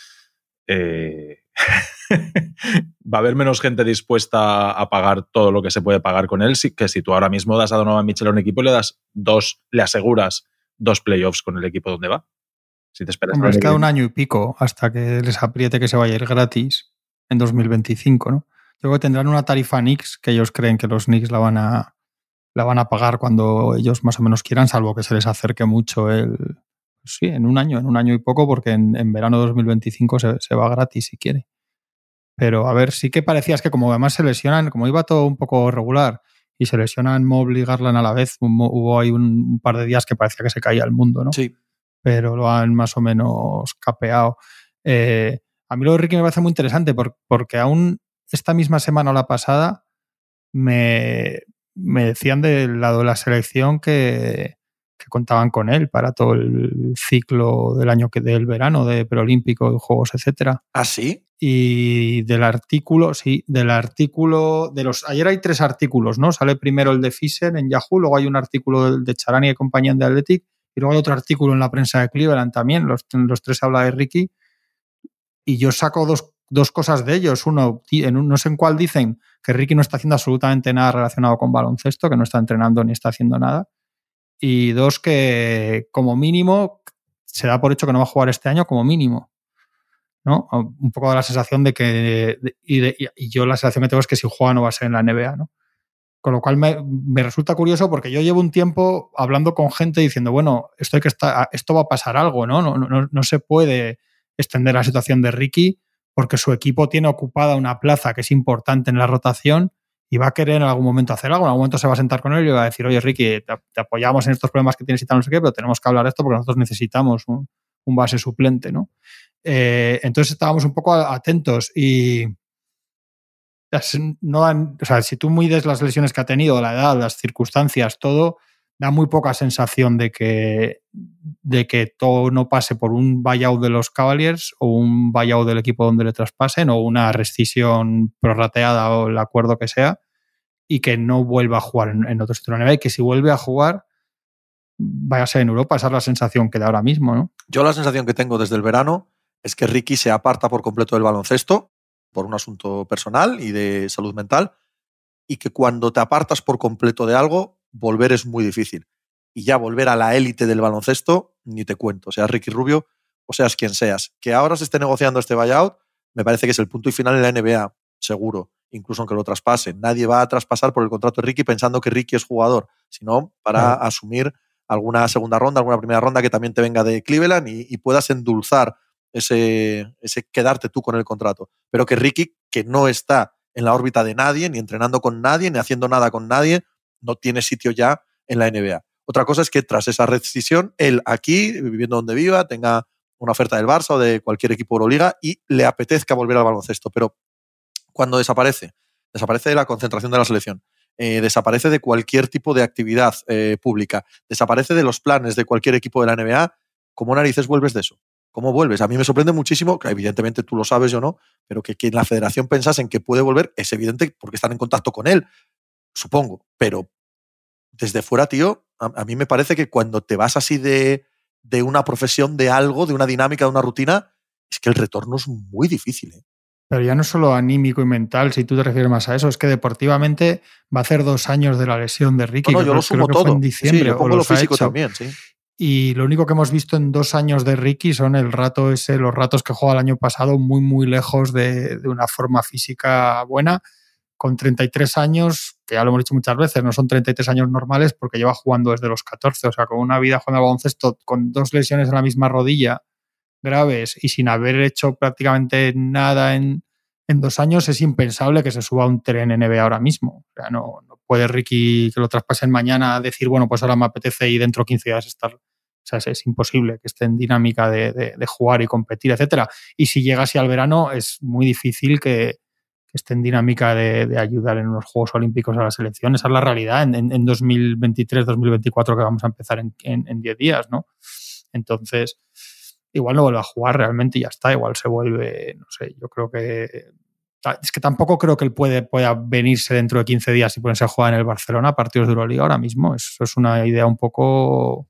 va a haber menos gente dispuesta a pagar todo lo que se puede pagar con él, que si tú ahora mismo das a Donovan Mitchell a un equipo y le aseguras 2 playoffs con el equipo donde va. Si te esperas. Hombre, les queda un año y pico hasta que les apriete que se vaya a ir gratis en 2025, ¿no? Luego tendrán una tarifa Knicks que ellos creen que los Knicks la van a pagar cuando ellos más o menos quieran, salvo que se les acerque mucho sí, en un año y poco, porque en verano 2025 se va gratis si quiere. Pero a ver, sí que parecía que como además se lesionan, como iba todo un poco regular y se lesionan Mobley y Garland a la vez, hubo ahí un par de días que parecía que se caía el mundo, ¿no? Sí. Pero lo han más o menos capeado. A mí lo de Ricky me parece muy interesante porque aún esta misma semana o la pasada me decían del lado de la selección que contaban con él para todo el ciclo del verano, de preolímpico, de juegos, etcétera. ¿Ah, sí? Y del artículo, ayer hay 3 artículos, ¿no? Sale primero el de Fisher en Yahoo, luego hay un artículo de Charani y compañía de Athletic, y luego hay otro artículo en la prensa de Cleveland también, los 3 habla de Ricky, y yo saco dos cosas de ellos. Uno, no sé en cuál dicen que Ricky no está haciendo absolutamente nada relacionado con baloncesto, que no está entrenando ni está haciendo nada, y 2, que como mínimo se da por hecho que no va a jugar este año como mínimo, ¿no? Un poco de la sensación de que y yo la sensación que tengo es que si juega no va a ser en la NBA, ¿no? Con lo cual me resulta curioso porque yo llevo un tiempo hablando con gente diciendo, bueno, esto va a pasar algo, ¿no? No se puede extender la situación de Ricky porque su equipo tiene ocupada una plaza que es importante en la rotación y va a querer en algún momento hacer algo. En algún momento se va a sentar con él y va a decir, oye, Ricky, te apoyamos en estos problemas que tienes y tal, no sé qué, pero tenemos que hablar de esto porque nosotros necesitamos un base suplente, ¿no? Entonces estábamos un poco atentos y si tú mides las lesiones que ha tenido, la edad, las circunstancias, todo, da muy poca sensación de que todo no pase por un buyout de los Cavaliers o un buyout del equipo donde le traspasen o una rescisión prorrateada o el acuerdo que sea y que no vuelva a jugar en otro sitio de la NBA y que si vuelve a jugar vaya a ser en Europa. Esa es la sensación que da ahora mismo, ¿no? Yo la sensación que tengo desde el verano es que Ricky se aparta por completo del baloncesto por un asunto personal y de salud mental, y que cuando te apartas por completo de algo, volver es muy difícil. Y ya volver a la élite del baloncesto, ni te cuento. Seas Ricky Rubio o seas quien seas. Que ahora se esté negociando este buyout, me parece que es el punto y final en la NBA, seguro. Incluso aunque lo traspasen. Nadie va a traspasar por el contrato de Ricky pensando que Ricky es jugador, sino para asumir alguna segunda ronda, alguna primera ronda que también te venga de Cleveland y puedas endulzar ese quedarte tú con el contrato. Pero que Ricky, que no está en la órbita de nadie, ni entrenando con nadie, ni haciendo nada con nadie, no tiene sitio ya en la NBA. Otra cosa es que tras esa rescisión, él aquí, viviendo donde viva, tenga una oferta del Barça o de cualquier equipo de Euroliga y le apetezca volver al baloncesto. Pero cuando desaparece de la concentración de la selección, desaparece de cualquier tipo de actividad pública, desaparece de los planes de cualquier equipo de la NBA, ¿cómo narices vuelves de eso? ¿Cómo vuelves? A mí me sorprende muchísimo, que evidentemente tú lo sabes, yo no, pero que en la federación pensasen que puede volver es evidente porque están en contacto con él, supongo. Pero desde fuera, tío, a mí me parece que cuando te vas así de una profesión, de algo, de una dinámica, de una rutina, es que el retorno es muy difícil, ¿eh? Pero ya no solo anímico y mental, si tú te refieres más a eso, es que deportivamente va a hacer 2 años de la lesión de Ricky. No, yo lo sumo todo. En diciembre, sí, yo pongo lo físico también, sí. Y lo único que hemos visto en 2 años de Ricky son los ratos que juega el año pasado, muy, muy lejos de una forma física buena. Con 33 años, que ya lo hemos dicho muchas veces, no son 33 años normales porque lleva jugando desde los 14, o sea, con una vida jugando al baloncesto, con 2 lesiones en la misma rodilla graves y sin haber hecho prácticamente nada en 2 años, es impensable que se suba a un tren NBA ahora mismo. O sea, no puede Ricky, que lo traspasen mañana, decir, bueno, pues ahora me apetece y dentro de 15 días estar. O sea, es imposible que esté en dinámica de jugar y competir, etcétera. Y si llega así al verano, es muy difícil que esté en dinámica de ayudar en los Juegos Olímpicos a la selección. Esa es la realidad en 2023, 2024, que vamos a empezar en 10 días, ¿no? Entonces, igual no vuelve a jugar realmente y ya está. Igual se vuelve, no sé, yo creo que... Es que tampoco creo que él pueda venirse dentro de 15 días y ponerse a jugar en el Barcelona partidos de Euroliga ahora mismo. Eso es una idea un poco...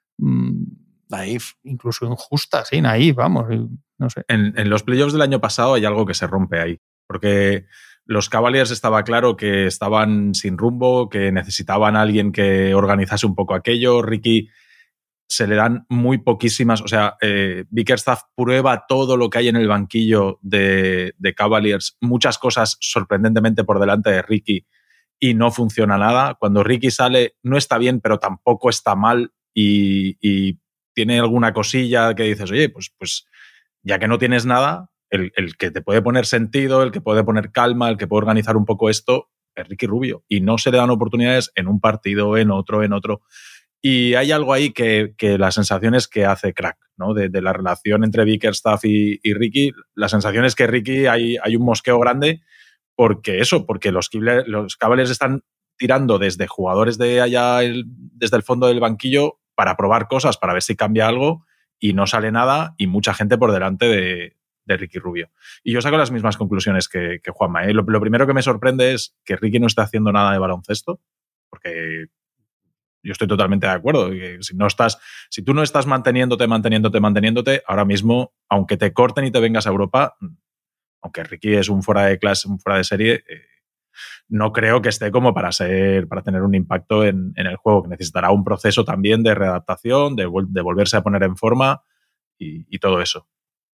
naif. Incluso injusta, sí, naif, vamos, no sé. En los playoffs del año pasado hay algo que se rompe ahí, porque los Cavaliers estaba claro que estaban sin rumbo, que necesitaban a alguien que organizase un poco aquello. Ricky se le dan muy poquísimas, o sea, Bickerstaff prueba todo lo que hay en el banquillo de Cavaliers, muchas cosas sorprendentemente por delante de Ricky y no funciona nada. Cuando Ricky sale no está bien, pero tampoco está mal y tiene alguna cosilla que dices, oye, pues ya que no tienes nada, el que te puede poner sentido, el que puede poner calma, el que puede organizar un poco esto, es Ricky Rubio. Y no se le dan oportunidades en un partido, en otro. Y hay algo ahí que la sensación es que hace crack, ¿no? De la relación entre Bickerstaff y Ricky. La sensación es que Ricky hay un mosqueo grande porque los Cavaliers están tirando desde jugadores de allá, desde el fondo del banquillo, para probar cosas, para ver si cambia algo, y no sale nada, y mucha gente por delante de Ricky Rubio. Y yo saco las mismas conclusiones que Juanma, ¿eh? Lo primero que me sorprende es que Ricky no está haciendo nada de baloncesto, porque yo estoy totalmente de acuerdo. Que si tú no estás manteniéndote, ahora mismo, aunque te corten y te vengas a Europa, aunque Ricky es un fuera de clase, un fuera de serie, no creo que esté como para tener un impacto en el juego, que necesitará un proceso también de readaptación, de volverse a poner en forma y todo eso.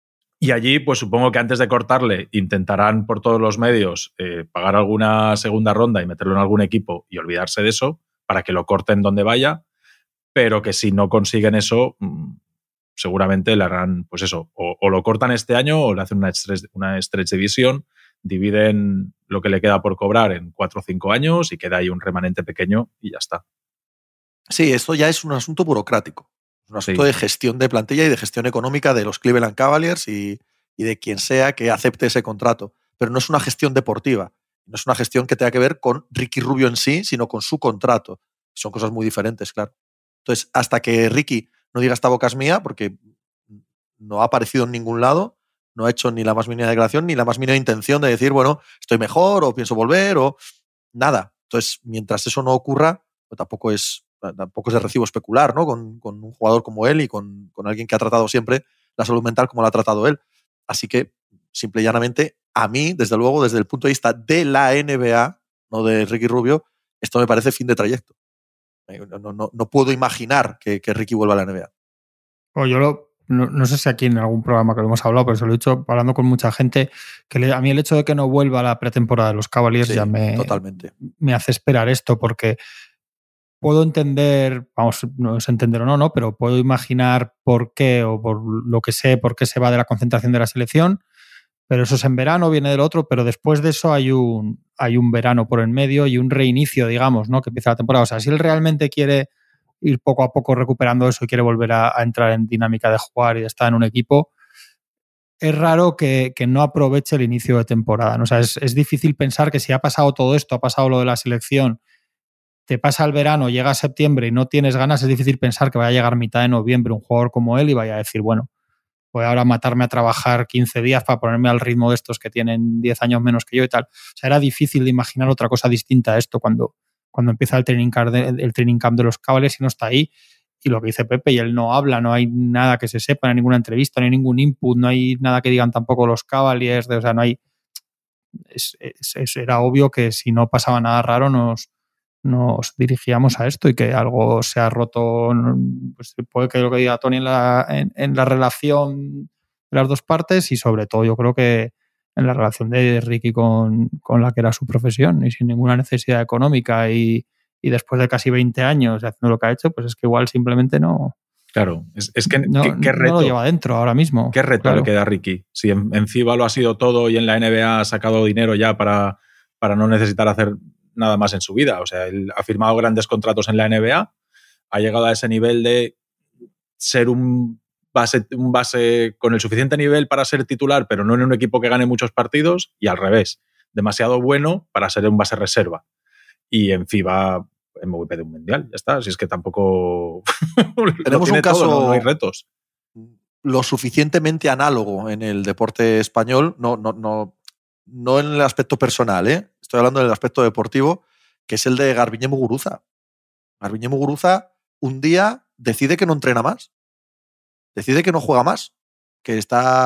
Y allí, pues supongo que antes de cortarle intentarán por todos los medios pagar alguna segunda ronda y meterlo en algún equipo y olvidarse de eso para que lo corten donde vaya, pero que si no consiguen eso, seguramente le harán, pues eso, o lo cortan este año o le hacen una stretch division, dividen lo que le queda por cobrar en 4 o 5 años y queda ahí un remanente pequeño y ya está. Sí, esto ya es un asunto burocrático. Un asunto de gestión de plantilla y de gestión económica de los Cleveland Cavaliers y de quien sea que acepte ese contrato. Pero no es una gestión deportiva. No es una gestión que tenga que ver con Ricky Rubio en sí, sino con su contrato. Son cosas muy diferentes, claro. Entonces, hasta que Ricky no diga esta boca es mía, porque no ha aparecido en ningún lado, no ha hecho ni la más mínima declaración, ni la más mínima intención de decir, bueno, estoy mejor o pienso volver o nada. Entonces, mientras eso no ocurra, pues tampoco es de recibo especular, ¿no? Con un jugador como él y con alguien que ha tratado siempre la salud mental como la ha tratado él. Así que, simple y llanamente, a mí, desde luego, desde el punto de vista de la NBA, no de Ricky Rubio, esto me parece fin de trayecto. No puedo imaginar que Ricky vuelva a la NBA. O yo no sé si aquí en algún programa que lo hemos hablado, pero se lo he dicho hablando con mucha gente, que a mí el hecho de que no vuelva a la pretemporada de los Cavaliers sí, ya me hace esperar esto, porque puedo entender, vamos, no es entender o no, pero puedo imaginar por qué, o por lo que sé, por qué se va de la concentración de la selección, pero eso es en verano, viene del otro, pero después de eso hay un verano por en medio y un reinicio, digamos, ¿no? Que empieza la temporada. O sea, si él realmente quiere ir poco a poco recuperando eso y quiere volver a entrar en dinámica de jugar y de estar en un equipo, es raro que no aproveche el inicio de temporada, ¿no? O sea, es difícil pensar que si ha pasado todo esto, ha pasado lo de la selección, te pasa el verano, llega a septiembre y no tienes ganas, es difícil pensar que vaya a llegar mitad de noviembre un jugador como él y vaya a decir, bueno, voy ahora a matarme a trabajar 15 días para ponerme al ritmo de estos que tienen 10 años menos que yo y tal. O sea, era difícil de imaginar otra cosa distinta a esto cuando empieza el training camp de los Cavaliers y no está ahí. Y lo que dice Pepe, y él no habla, no hay nada que se sepa, no hay ninguna entrevista, no hay ningún input, no hay nada que digan tampoco los Cavaliers, o sea, no hay... Era obvio que si no pasaba nada raro nos dirigíamos a esto y que algo se ha roto, pues puede que lo que diga Tony en la relación de las dos partes y sobre todo yo creo que en la relación de Ricky con la que era su profesión y sin ninguna necesidad económica y después de casi 20 años haciendo lo que ha hecho, pues es que igual simplemente no... Claro, es que ¿qué reto? No lo lleva dentro ahora mismo. ¿Qué reto le queda a Ricky? Si en FIBA lo ha sido todo y en la NBA ha sacado dinero ya para no necesitar hacer nada más en su vida. O sea, él ha firmado grandes contratos en la NBA, ha llegado a ese nivel de ser un base con el suficiente nivel para ser titular, pero no en un equipo que gane muchos partidos, y al revés, demasiado bueno para ser un base reserva. Y en FIBA MVP de un mundial, ya está. Si es que tampoco tenemos un caso todo, no hay retos. Lo suficientemente análogo en el deporte español, no en el aspecto personal, estoy hablando del aspecto deportivo, que es el de Garbiñe Muguruza. Garbiñe Muguruza un día decide que no entrena más, decide que no juega más, que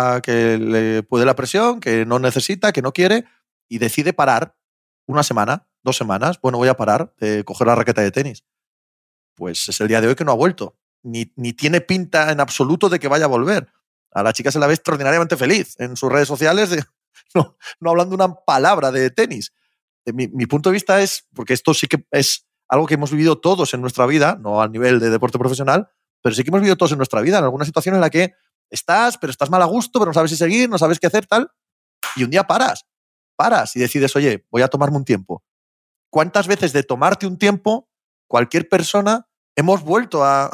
le puede la presión, que no necesita, que no quiere, y decide parar una semana, 2 semanas. Bueno, voy a parar de coger la raqueta de tenis. Pues es el día de hoy que no ha vuelto. Ni tiene pinta en absoluto de que vaya a volver. A la chica se la ve extraordinariamente feliz en sus redes sociales, no hablando una palabra de tenis. Mi punto de vista es, porque esto sí que es algo que hemos vivido todos en nuestra vida, no a nivel de deporte profesional, pero sí que hemos vivido todos en nuestra vida, en alguna situación en la que estás mal a gusto, pero no sabes si seguir, no sabes qué hacer, tal, y un día paras y decides, oye, voy a tomarme un tiempo. ¿Cuántas veces de tomarte un tiempo, cualquier persona, hemos vuelto a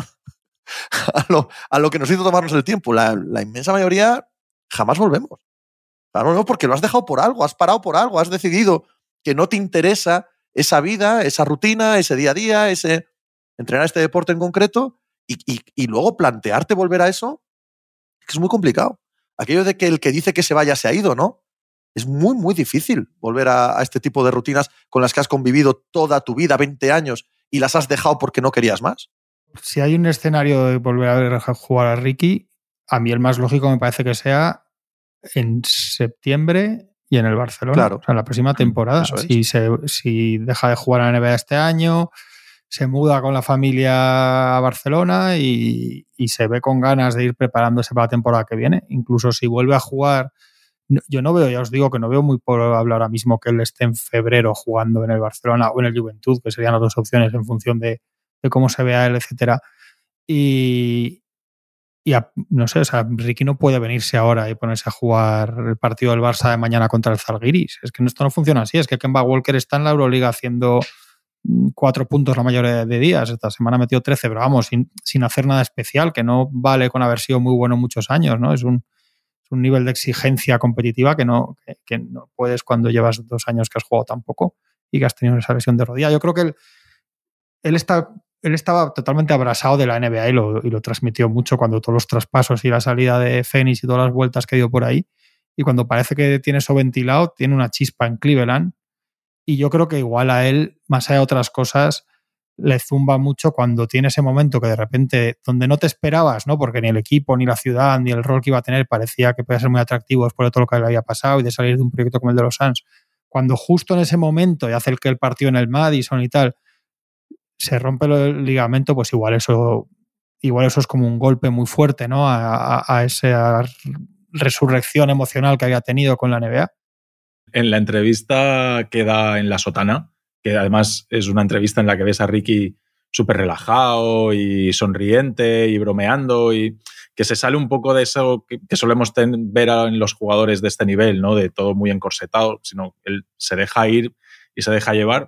lo que nos hizo tomarnos el tiempo? La inmensa mayoría jamás volvemos. Claro, no, porque lo has dejado por algo, has parado por algo, has decidido que no te interesa esa vida, esa rutina, ese día a día, ese entrenar este deporte en concreto y luego plantearte volver a eso, es muy complicado. Aquello de que el que dice que se vaya se ha ido, ¿no? Es muy, muy difícil volver a este tipo de rutinas con las que has convivido toda tu vida, 20 años, y las has dejado porque no querías más. Si hay un escenario de volver a ver jugar a Ricky, a mí el más lógico me parece que sea en septiembre y en el Barcelona, claro. O sea, en la próxima temporada. Si deja de jugar a la NBA este año, se muda con la familia a Barcelona y se ve con ganas de ir preparándose para la temporada que viene. Incluso si vuelve a jugar, yo no veo, ya os digo que no veo muy probable ahora mismo que él esté en febrero jugando en el Barcelona o en el Juventud, que serían las dos opciones en función de cómo se vea él, etcétera. No sé, o sea, Riqui no puede venirse ahora y ponerse a jugar el partido del Barça de mañana contra el Zalgiris. Es que esto no funciona así. Es que Kemba Walker está en la Euroliga haciendo 4 puntos la mayoría de días. Esta semana ha metido 13, pero vamos, sin hacer nada especial, que no vale con haber sido muy bueno muchos años, ¿no? Es un nivel de exigencia competitiva que no puedes cuando llevas 2 años que has jugado tan poco y que has tenido esa lesión de rodilla. Yo creo que él estaba totalmente abrasado de la NBA y lo transmitió mucho cuando todos los traspasos y la salida de Phoenix y todas las vueltas que dio por ahí. Y cuando parece que tiene eso ventilado, tiene una chispa en Cleveland. Y yo creo que igual a él, más allá de otras cosas, le zumba mucho cuando tiene ese momento que de repente, donde no te esperabas, ¿no? Porque ni el equipo, ni la ciudad, ni el rol que iba a tener parecía que podía ser muy atractivo después de todo lo que le había pasado y de salir de un proyecto como el de los Suns. Cuando justo en ese momento, y hace el partido en el Madison y tal, se rompe el ligamento, pues igual eso es como un golpe muy fuerte, ¿no? A esa resurrección emocional que había tenido con la NBA. En la entrevista que da en La Sotana, que además es una entrevista en la que ves a Riqui súper relajado y sonriente y bromeando, y que se sale un poco de eso que solemos ver en los jugadores de este nivel, ¿no? De todo muy encorsetado, sino él se deja ir y se deja llevar.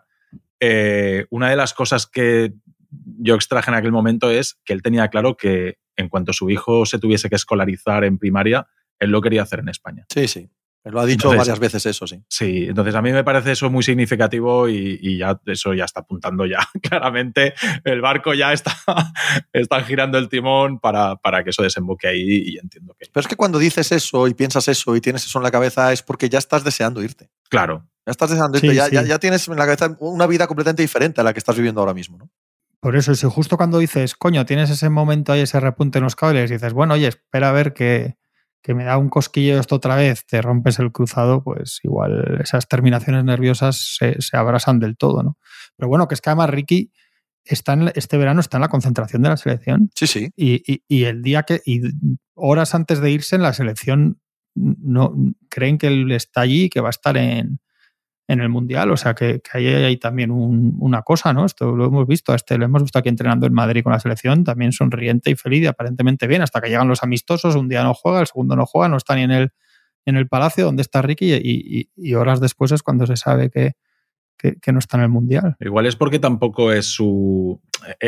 Una de las cosas que yo extraje en aquel momento es que él tenía claro que en cuanto su hijo se tuviese que escolarizar en primaria, él lo quería hacer en España. Sí. Me lo ha dicho varias veces eso, sí. Sí, entonces a mí me parece eso muy significativo y ya eso ya está apuntando ya claramente. El barco ya está girando el timón para que eso desemboque ahí y entiendo que... Pero es que cuando dices eso y piensas eso y tienes eso en la cabeza es porque ya estás deseando irte. Claro. Ya estás deseando irte, ya tienes en la cabeza una vida completamente diferente a la que estás viviendo ahora mismo, ¿no? Por eso, si justo cuando dices, coño, tienes ese momento ahí, ese repunte en los cables, y dices, bueno, oye, espera a ver que me da un cosquilleo esto otra vez, te rompes el cruzado, pues igual esas terminaciones nerviosas se abrasan del todo, ¿no? Pero bueno, que es que además Riqui este verano está en la concentración de la selección. Sí. Y el día y horas antes de irse en la selección no creen que él está allí y que va a estar en el Mundial, o sea que ahí hay también una cosa, ¿no? Esto lo hemos visto, lo hemos visto aquí entrenando en Madrid con la selección, también sonriente y feliz y aparentemente bien, hasta que llegan los amistosos, un día no juega, el segundo no juega, no está ni en el Palacio donde está Riqui y horas después es cuando se sabe que no está en el Mundial. Igual es porque tampoco es no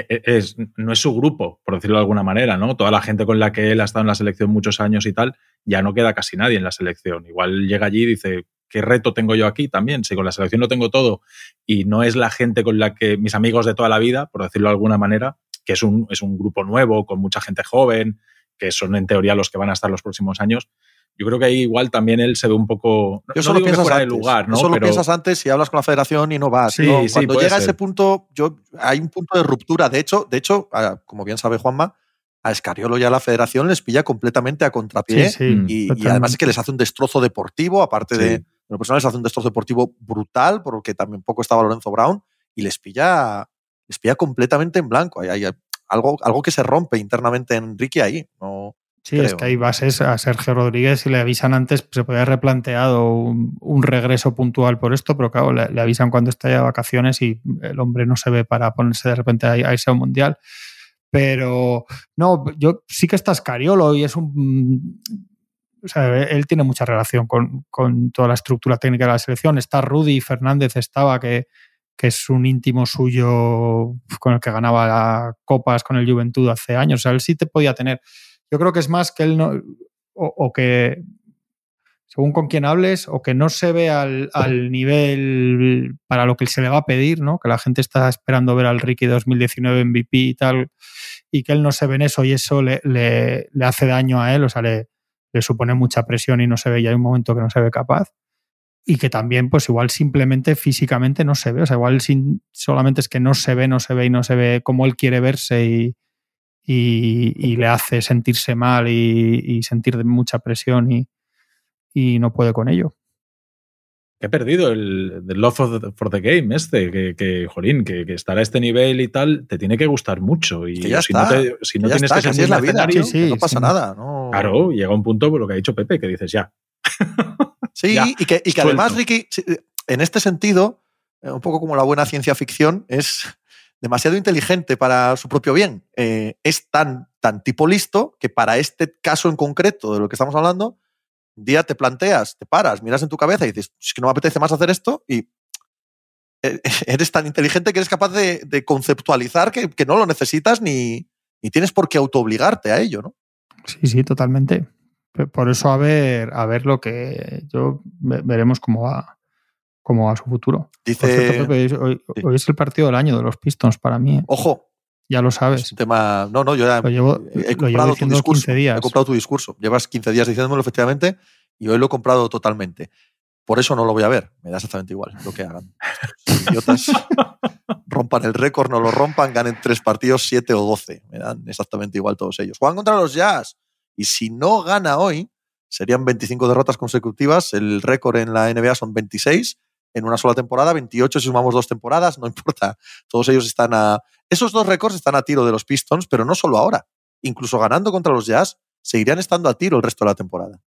es su grupo, por decirlo de alguna manera, ¿no? Toda la gente con la que él ha estado en la selección muchos años y tal, ya no queda casi nadie en la selección. Igual llega allí y dice, ¿qué reto tengo yo aquí también? Si con la selección lo tengo todo y no es la gente con la que mis amigos de toda la vida, por decirlo de alguna manera, que es un grupo nuevo, con mucha gente joven, que son en teoría los que van a estar los próximos años. Yo creo que ahí igual también él se ve un poco... Eso lo piensas fuera de lugar, ¿no? Eso lo piensas antes si hablas con la federación y no vas. Sí, ¿no? sí, cuando llega a ese punto, hay un punto de ruptura. De hecho, como bien sabe Juanma, a Escariolo y a la federación les pilla completamente a contrapié. Y además es que les hace un destrozo deportivo, aparte de lo personal, les hace un destrozo deportivo brutal, porque tampoco estaba Lorenzo Brown, y les pilla completamente en blanco. Hay algo que se rompe internamente en Riqui ahí. No, sí, creo. Es que hay bases a Sergio Rodríguez y le avisan antes, se podía haber replanteado un regreso puntual por esto, pero claro, le avisan cuando está de vacaciones y el hombre no se ve para ponerse de repente a irse a un mundial. Pero no, yo sí que está Scariolo y es o sea, él tiene mucha relación con toda la estructura técnica de la selección. Está Rudy Fernández, que es un íntimo suyo con el que ganaba copas con el Juventud hace años. O sea, él sí te podía tener. Yo creo que es más que él no, o que, según con quien hables, o que no se ve al nivel para lo que se le va a pedir, ¿no? Que la gente está esperando ver al Riqui 2019 MVP y tal, y que él no se ve en eso y eso le hace daño a él, o sea, le supone mucha presión y no se ve, y hay un momento que no se ve capaz. Y que también, pues igual simplemente físicamente no se ve, o sea, igual solamente es que no se ve como él quiere verse y le hace sentirse mal y sentir mucha presión y no puede con ello. que he perdido el love for the game jolín, que estar a este nivel y tal, te tiene que gustar mucho. Y que ya si está, no tienes que ser es la vida, escenario, no pasa nada. No. Claro, llega un punto, por lo que ha dicho Pepe, que dices ya. Sí, ya, y que además, Ricky, en este sentido, un poco como la buena ciencia ficción, es demasiado inteligente para su propio bien. Es tan tipo listo que para este caso en concreto de lo que estamos hablando, un día te planteas, te paras, miras en tu cabeza y dices, es que no me apetece más hacer esto, y eres tan inteligente que eres capaz de conceptualizar que no lo necesitas ni tienes por qué autoobligarte a ello, ¿no? Sí, totalmente. Por eso a ver lo que veremos cómo va su futuro. Dice, por cierto, Pepe, hoy es el partido del año de los Pistons para mí. Ojo. Ya lo sabes. Es un tema. No, yo ya he comprado tu discurso. 15 días. He comprado tu discurso. Llevas 15 días diciéndomelo, efectivamente, y hoy lo he comprado totalmente. Por eso no lo voy a ver. Me da exactamente igual lo que hagan. Los idiotas rompan el récord, no lo rompan, ganen 3 partidos, 7 o 12. Me dan exactamente igual todos ellos. Juegan contra los Jazz. Y si no gana hoy, serían 25 derrotas consecutivas. El récord en la NBA son 26 en una sola temporada, 28 si sumamos 2 temporadas, no importa. Todos ellos están esos 2 récords están a tiro de los Pistons, pero no solo ahora. Incluso ganando contra los Jazz, seguirían estando a tiro el resto de la temporada.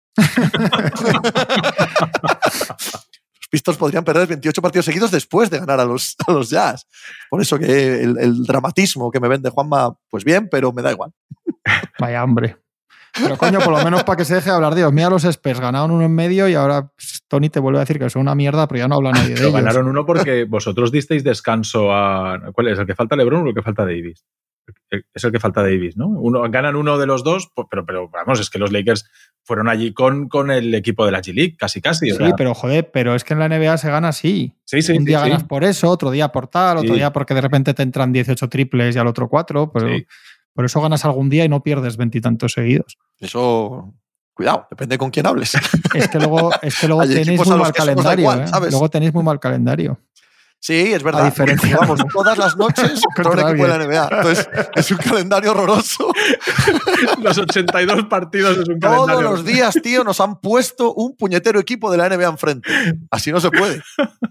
Los Pistons podrían perder 28 partidos seguidos después de ganar a los Jazz. Por eso que el dramatismo que me vende Juanma, pues bien, pero me da igual. Vaya hombre. Pero coño, por lo menos para que se deje de hablar. Dios, mira los Spurs, ganaron 1 en medio y ahora Tony te vuelve a decir que son una mierda, pero ya no habla nadie de ellos. Ganaron 1 porque vosotros disteis descanso a... ¿Cuál es? ¿El que falta LeBron o el que falta Davis? Es el que falta Davis, ¿no? Ganan uno de los dos, pero vamos, es que los Lakers fueron allí con el equipo de la G-League, casi. Sí, ¿verdad? Pero joder, pero es que en la NBA se gana así. Un día ganas por eso, otro día por tal, otro día porque de repente te entran 18 triples y al otro 4, pero... Sí. Por eso ganas algún día y no pierdes 20 y tantos seguidos. Eso, cuidado, depende con quién hables. Es que luego tenéis muy mal calendario. Igual, luego tenéis muy mal calendario. Sí, es verdad. A diferencia. Vamos, todas las noches contra un equipo de la NBA. Entonces, es un calendario horroroso. Los 82 partidos es un calendario. Todos los días, tío, nos han puesto un puñetero equipo de la NBA enfrente. Así no se puede.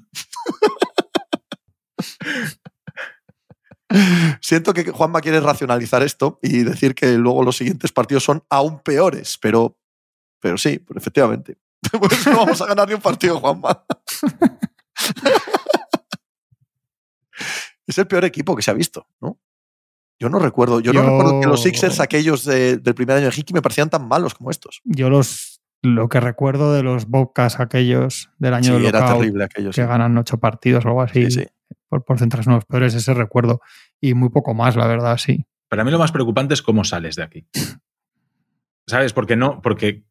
Siento que Juanma quiere racionalizar esto y decir que luego los siguientes partidos son aún peores, pero sí, pero efectivamente. Por eso no vamos a ganar ni un partido, Juanma. Es el peor equipo que se ha visto, ¿no? Yo no recuerdo que los Sixers aquellos del primer año de Hickey me parecían tan malos como estos. Yo lo que recuerdo de los Bobcats aquellos del año de era terrible aquellos, que ganan 8 partidos o algo así. Sí. Por centrarse en los peores, ese recuerdo. Y muy poco más, la verdad, sí. Para mí lo más preocupante es cómo sales de aquí. ¿Sabes? Porque no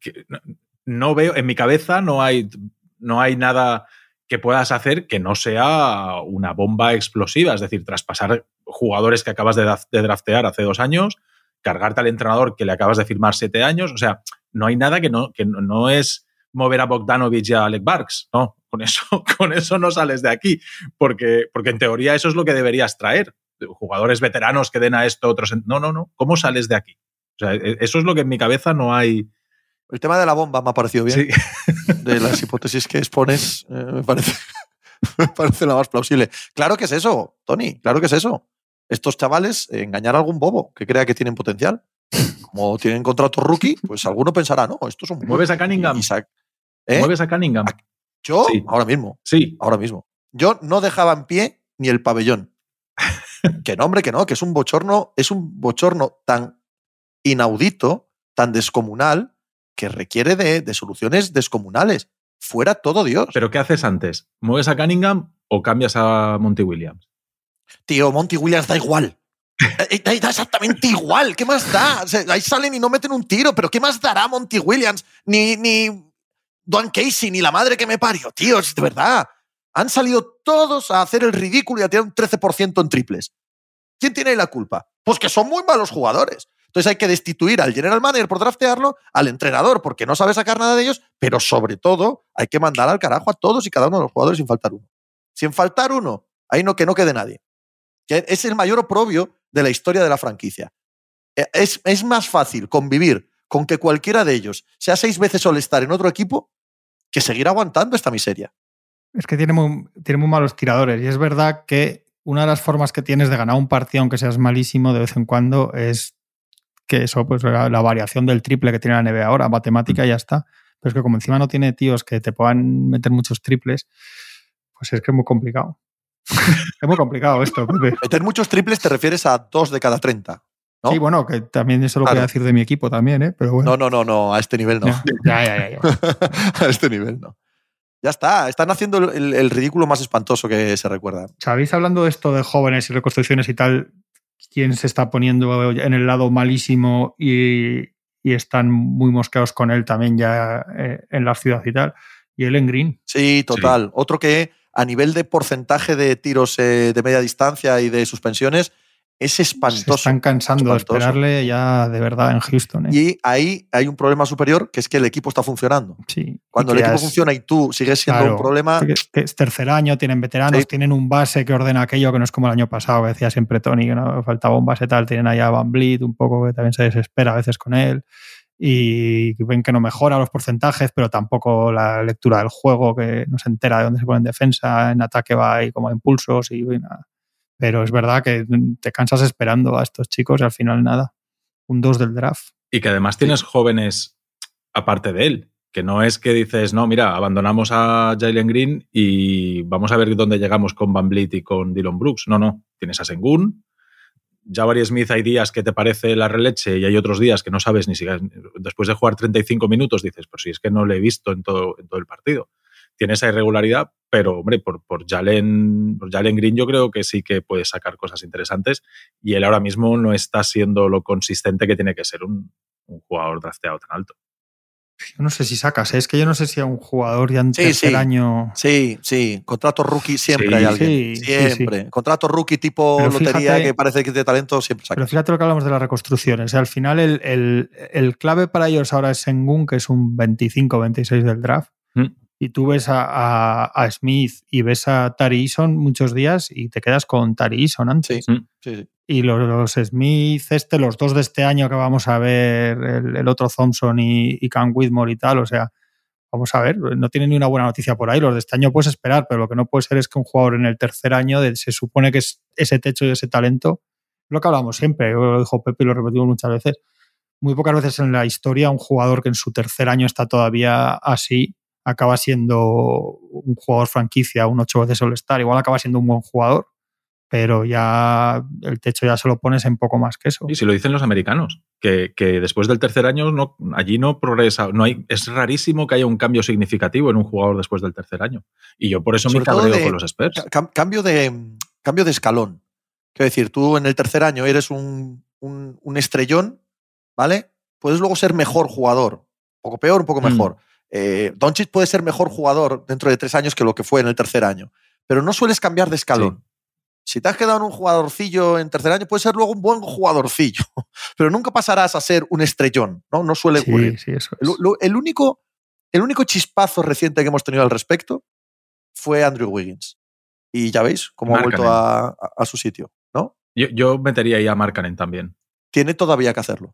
veo, en mi cabeza no hay nada que puedas hacer que no sea una bomba explosiva. Es decir, traspasar jugadores que acabas de draftear hace 2 años, cargarte al entrenador que le acabas de firmar 7 años. O sea, no hay nada que no es mover a Bogdanovic y a Alec Burks. No, con eso no sales de aquí. Porque en teoría eso es lo que deberías traer. Jugadores veteranos que den a esto otros... No. ¿Cómo sales de aquí? O sea, eso es lo que en mi cabeza no hay... El tema de la bomba me ha parecido bien. Sí. De las hipótesis que expones, me parece la más plausible. Claro que es eso, Tony, claro que es eso. Estos chavales engañar a algún bobo que crea que tienen potencial. Como tienen contrato rookie, pues alguno pensará, no, estos son... ¿Mueves a Cunningham? ¿Mueves a Cunningham? ¿Yo? Sí. Ahora mismo. Sí. Ahora mismo. Yo no dejaba en pie ni el pabellón. Que no, hombre, que no, que es un bochorno tan inaudito, tan descomunal, que requiere de soluciones descomunales. Fuera todo Dios. ¿Pero qué haces antes? ¿Mueves a Cunningham o cambias a Monty Williams? Tío, Monty Williams da igual. Da exactamente igual. ¿Qué más da? O sea, ahí salen y no meten un tiro, pero ¿qué más dará Monty Williams? Ni Dwayne Casey, ni la madre que me parió. Tío, es de verdad. Han salido todos a hacer el ridículo y a tirar un 13% en triples. ¿Quién tiene ahí la culpa? Pues que son muy malos jugadores. Entonces hay que destituir al general manager por draftearlo, al entrenador porque no sabe sacar nada de ellos, pero sobre todo hay que mandar al carajo a todos y cada uno de los jugadores sin faltar uno. Sin faltar uno, ahí que no quede nadie. Que es el mayor oprobio de la historia de la franquicia. Es más fácil convivir con que cualquiera de ellos sea 6 veces All-Star en otro equipo que seguir aguantando esta miseria. Es que tiene muy malos tiradores. Y es verdad que una de las formas que tienes de ganar un partido, aunque seas malísimo, de vez en cuando, es que eso, pues la variación del triple que tiene la NBA ahora, matemática y ya está. Pero es que como encima no tiene tíos que te puedan meter muchos triples, pues es que es muy complicado. Es muy complicado esto, Pepe. Meter muchos triples te refieres a 2 de cada 30, ¿no? Sí, bueno, que también eso lo voy a decir de mi equipo también, ¿eh? Pero bueno. No, a este nivel no. Ya. A este nivel no. Ya está, están haciendo el ridículo más espantoso que se recuerda. ¿Sabéis, hablando de esto de jóvenes y reconstrucciones y tal, quién se está poniendo en el lado malísimo y están muy mosqueados con él también ya en la ciudad y tal? Y Jalen Green. Sí, total. Sí. Otro que a nivel de porcentaje de tiros de media distancia y de suspensiones es espantoso. Se están cansando de esperarle ya de verdad en Houston. Y ahí hay un problema superior, que es que el equipo está funcionando. Sí. Cuando el equipo funciona y tú sigues siendo un problema... Que es tercer año, tienen veteranos, sí. Tienen un base que ordena aquello, que no es como el año pasado, que decía siempre Tony, que no faltaba un base tal. Tienen allá a Van Vliet, un poco que también se desespera a veces con él. Y ven que no mejora los porcentajes, pero tampoco la lectura del juego, que no se entera de dónde se pone en defensa, en ataque va ahí como a impulsos y nada. Pero es verdad que te cansas esperando a estos chicos y al final nada. Un 2 del draft. Y que además tienes jóvenes aparte de él, que no es que dices, no, mira, abandonamos a Jalen Green y vamos a ver dónde llegamos con Van Vliet y con Dillon Brooks. No, tienes a Sengun. Jabari Smith hay días que te parece la releche y hay otros días que no sabes ni siquiera. Después de jugar 35 minutos dices, pues si es que no le he visto en todo el partido. Tiene esa irregularidad, pero hombre, por Jalen Green yo creo que sí que puede sacar cosas interesantes y él ahora mismo no está siendo lo consistente que tiene que ser un jugador drafteado tan alto. Yo no sé si sacas, es que yo no sé si a un jugador ya en tercer año... Sí, contrato rookie siempre hay alguien, siempre. Sí. Contrato rookie tipo pero lotería, fíjate, que parece que tiene talento, siempre sacas. Pero fíjate lo que hablamos de las reconstrucciones, al final el clave para ellos ahora es Sengun, que es un 25-26 del draft, y tú ves a Smith y ves a Tari Eason muchos días y te quedas con Tari Eason antes. Sí. Y los Smith, los dos de este año que vamos a ver, el otro Thompson y Cam Whitmore y tal, o sea, vamos a ver, no tienen ni una buena noticia por ahí. Los de este año puedes esperar, pero lo que no puede ser es que un jugador en el tercer año se supone que es ese techo y ese talento, lo que hablamos siempre, lo dijo Pepe y lo repetimos muchas veces, muy pocas veces en la historia un jugador que en su tercer año está todavía así acaba siendo un jugador franquicia, un 8 veces All-Star, igual acaba siendo un buen jugador, pero ya el techo ya se lo pones en poco más que eso. Y si lo dicen los americanos, que después del tercer año allí no progresa, es rarísimo que haya un cambio significativo en un jugador después del tercer año. Y yo por eso me cabreo con los Spurs. Cambio de escalón. Quiero decir, tú en el tercer año eres un estrellón, ¿vale? Puedes luego ser mejor jugador. Un poco peor, un poco mejor. Doncic puede ser mejor jugador dentro de 3 años que lo que fue en el tercer año. Pero no sueles cambiar de escalón. Sí. Si te has quedado en un jugadorcillo en tercer año, puedes ser luego un buen jugadorcillo. Pero nunca pasarás a ser un estrellón, ¿no? No suele ocurrir. Sí, eso es. El único chispazo reciente que hemos tenido al respecto fue Andrew Wiggins. Y ya veis cómo ha vuelto a su sitio, ¿no? Yo metería ahí a Markkanen también. Tiene todavía que hacerlo.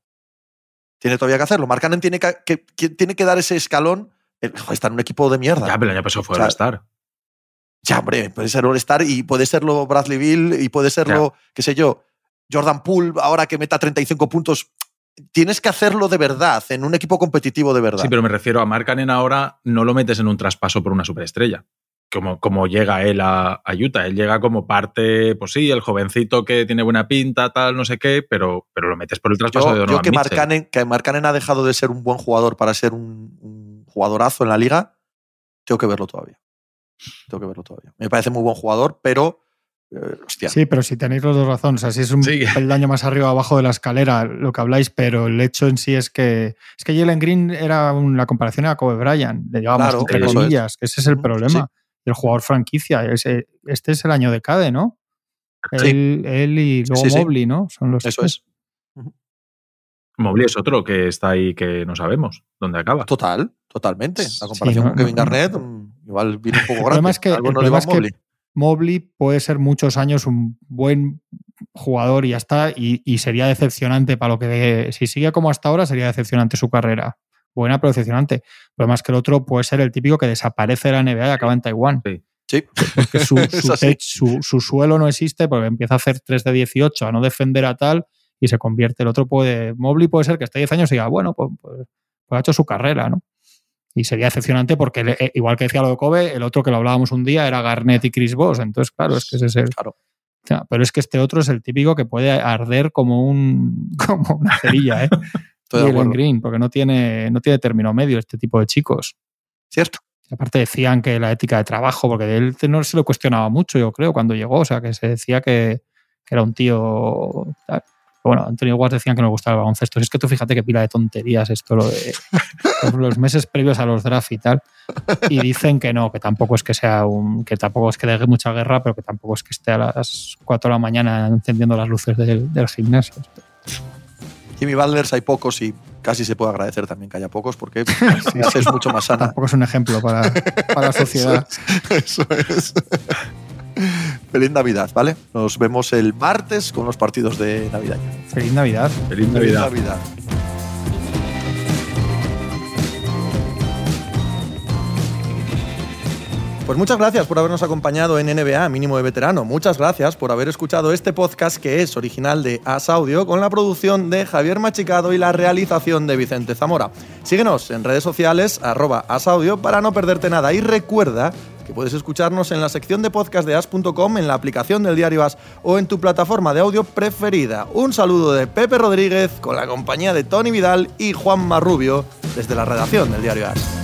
Markkanen tiene que dar ese escalón. Está en un equipo de mierda. Ya, pero el año pasado fue All-Star. Ya, hombre, puede ser All-Star y puede serlo Bradley Beal y puede serlo, qué sé yo, Jordan Poole, ahora que meta 35 puntos. Tienes que hacerlo de verdad, en un equipo competitivo de verdad. Sí, pero me refiero a Markkanen ahora, no lo metes en un traspaso por una superestrella. Como llega él a Utah. Él llega como parte, pues sí, el jovencito que tiene buena pinta, tal, no sé qué, pero lo metes por el traspaso de Donovan Mitchell. Que Markkanen ha dejado de ser un buen jugador para ser un jugadorazo en la liga, tengo que verlo todavía. Me parece muy buen jugador, pero hostia. Sí, pero si tenéis los dos razones, así es un peldaño más arriba o abajo de la escalera lo que habláis, pero el hecho en sí es que Jalen Green era la comparación a Kobe Bryant, le llevábamos entre comillas, que ese es el problema. Sí. El jugador franquicia, este es el año de Cade, ¿no? Sí. Él y luego Mobley, ¿no? Son los Eso es. Mobley es otro que está ahí que no sabemos dónde acaba. Totalmente. La comparación con Kevin Garnett igual viene un poco grande. El problema es que Mobley puede ser muchos años un buen jugador y ya está, y sería decepcionante para lo que... Si sigue como hasta ahora, sería decepcionante su carrera. buena pero decepcionante. El problema es que el otro puede ser el típico que desaparece de la NBA y acaba en Taiwán. Sí. Porque su suelo no existe porque empieza a hacer 3 de 18, a no defender a tal y se convierte. El otro Mobley puede ser que esté 10 años y diga, bueno, pues ha hecho su carrera, ¿no? Y sería decepcionante porque, igual que decía lo de Kobe, el otro que lo hablábamos un día era Garnett y Chris Bosh. Entonces, claro, es que ese es el... Claro. O sea, pero es que este otro es el típico que puede arder como una cerilla, ¿eh? Jalen Green, porque no tiene término medio este tipo de chicos. Cierto. Y aparte decían que la ética de trabajo, porque él no se lo cuestionaba mucho, yo creo, cuando llegó. O sea, que se decía que era un tío... Bueno, Anthony Edwards decían que no le gustaba el baloncesto. Es que tú fíjate que pila de tonterías esto, lo de los meses previos a los drafts y tal. Y dicen que no, que tampoco es que sea que tampoco es que deje mucha guerra, pero que tampoco es que esté a las 4 de la mañana encendiendo las luces del gimnasio. Jimmy Butlers hay pocos y casi se puede agradecer también que haya pocos porque es mucho más sana. Tampoco es un ejemplo para la sociedad. Eso es. Feliz Navidad, ¿vale? Nos vemos el martes con los partidos de Navidad. Feliz Navidad. Feliz Navidad. Feliz Navidad. Pues muchas gracias por habernos acompañado en NBA Mínimo de Veterano. Muchas gracias por haber escuchado este podcast que es original de As Audio con la producción de Javier Machicado y la realización de Vicente Zamora. Síguenos en redes sociales @asaudio para no perderte nada y recuerda que puedes escucharnos en la sección de podcast de as.com, en la aplicación del diario As o en tu plataforma de audio preferida. Un saludo de Pepe Rodríguez con la compañía de Tony Vidal y Juan Marrubio desde la redacción del diario As.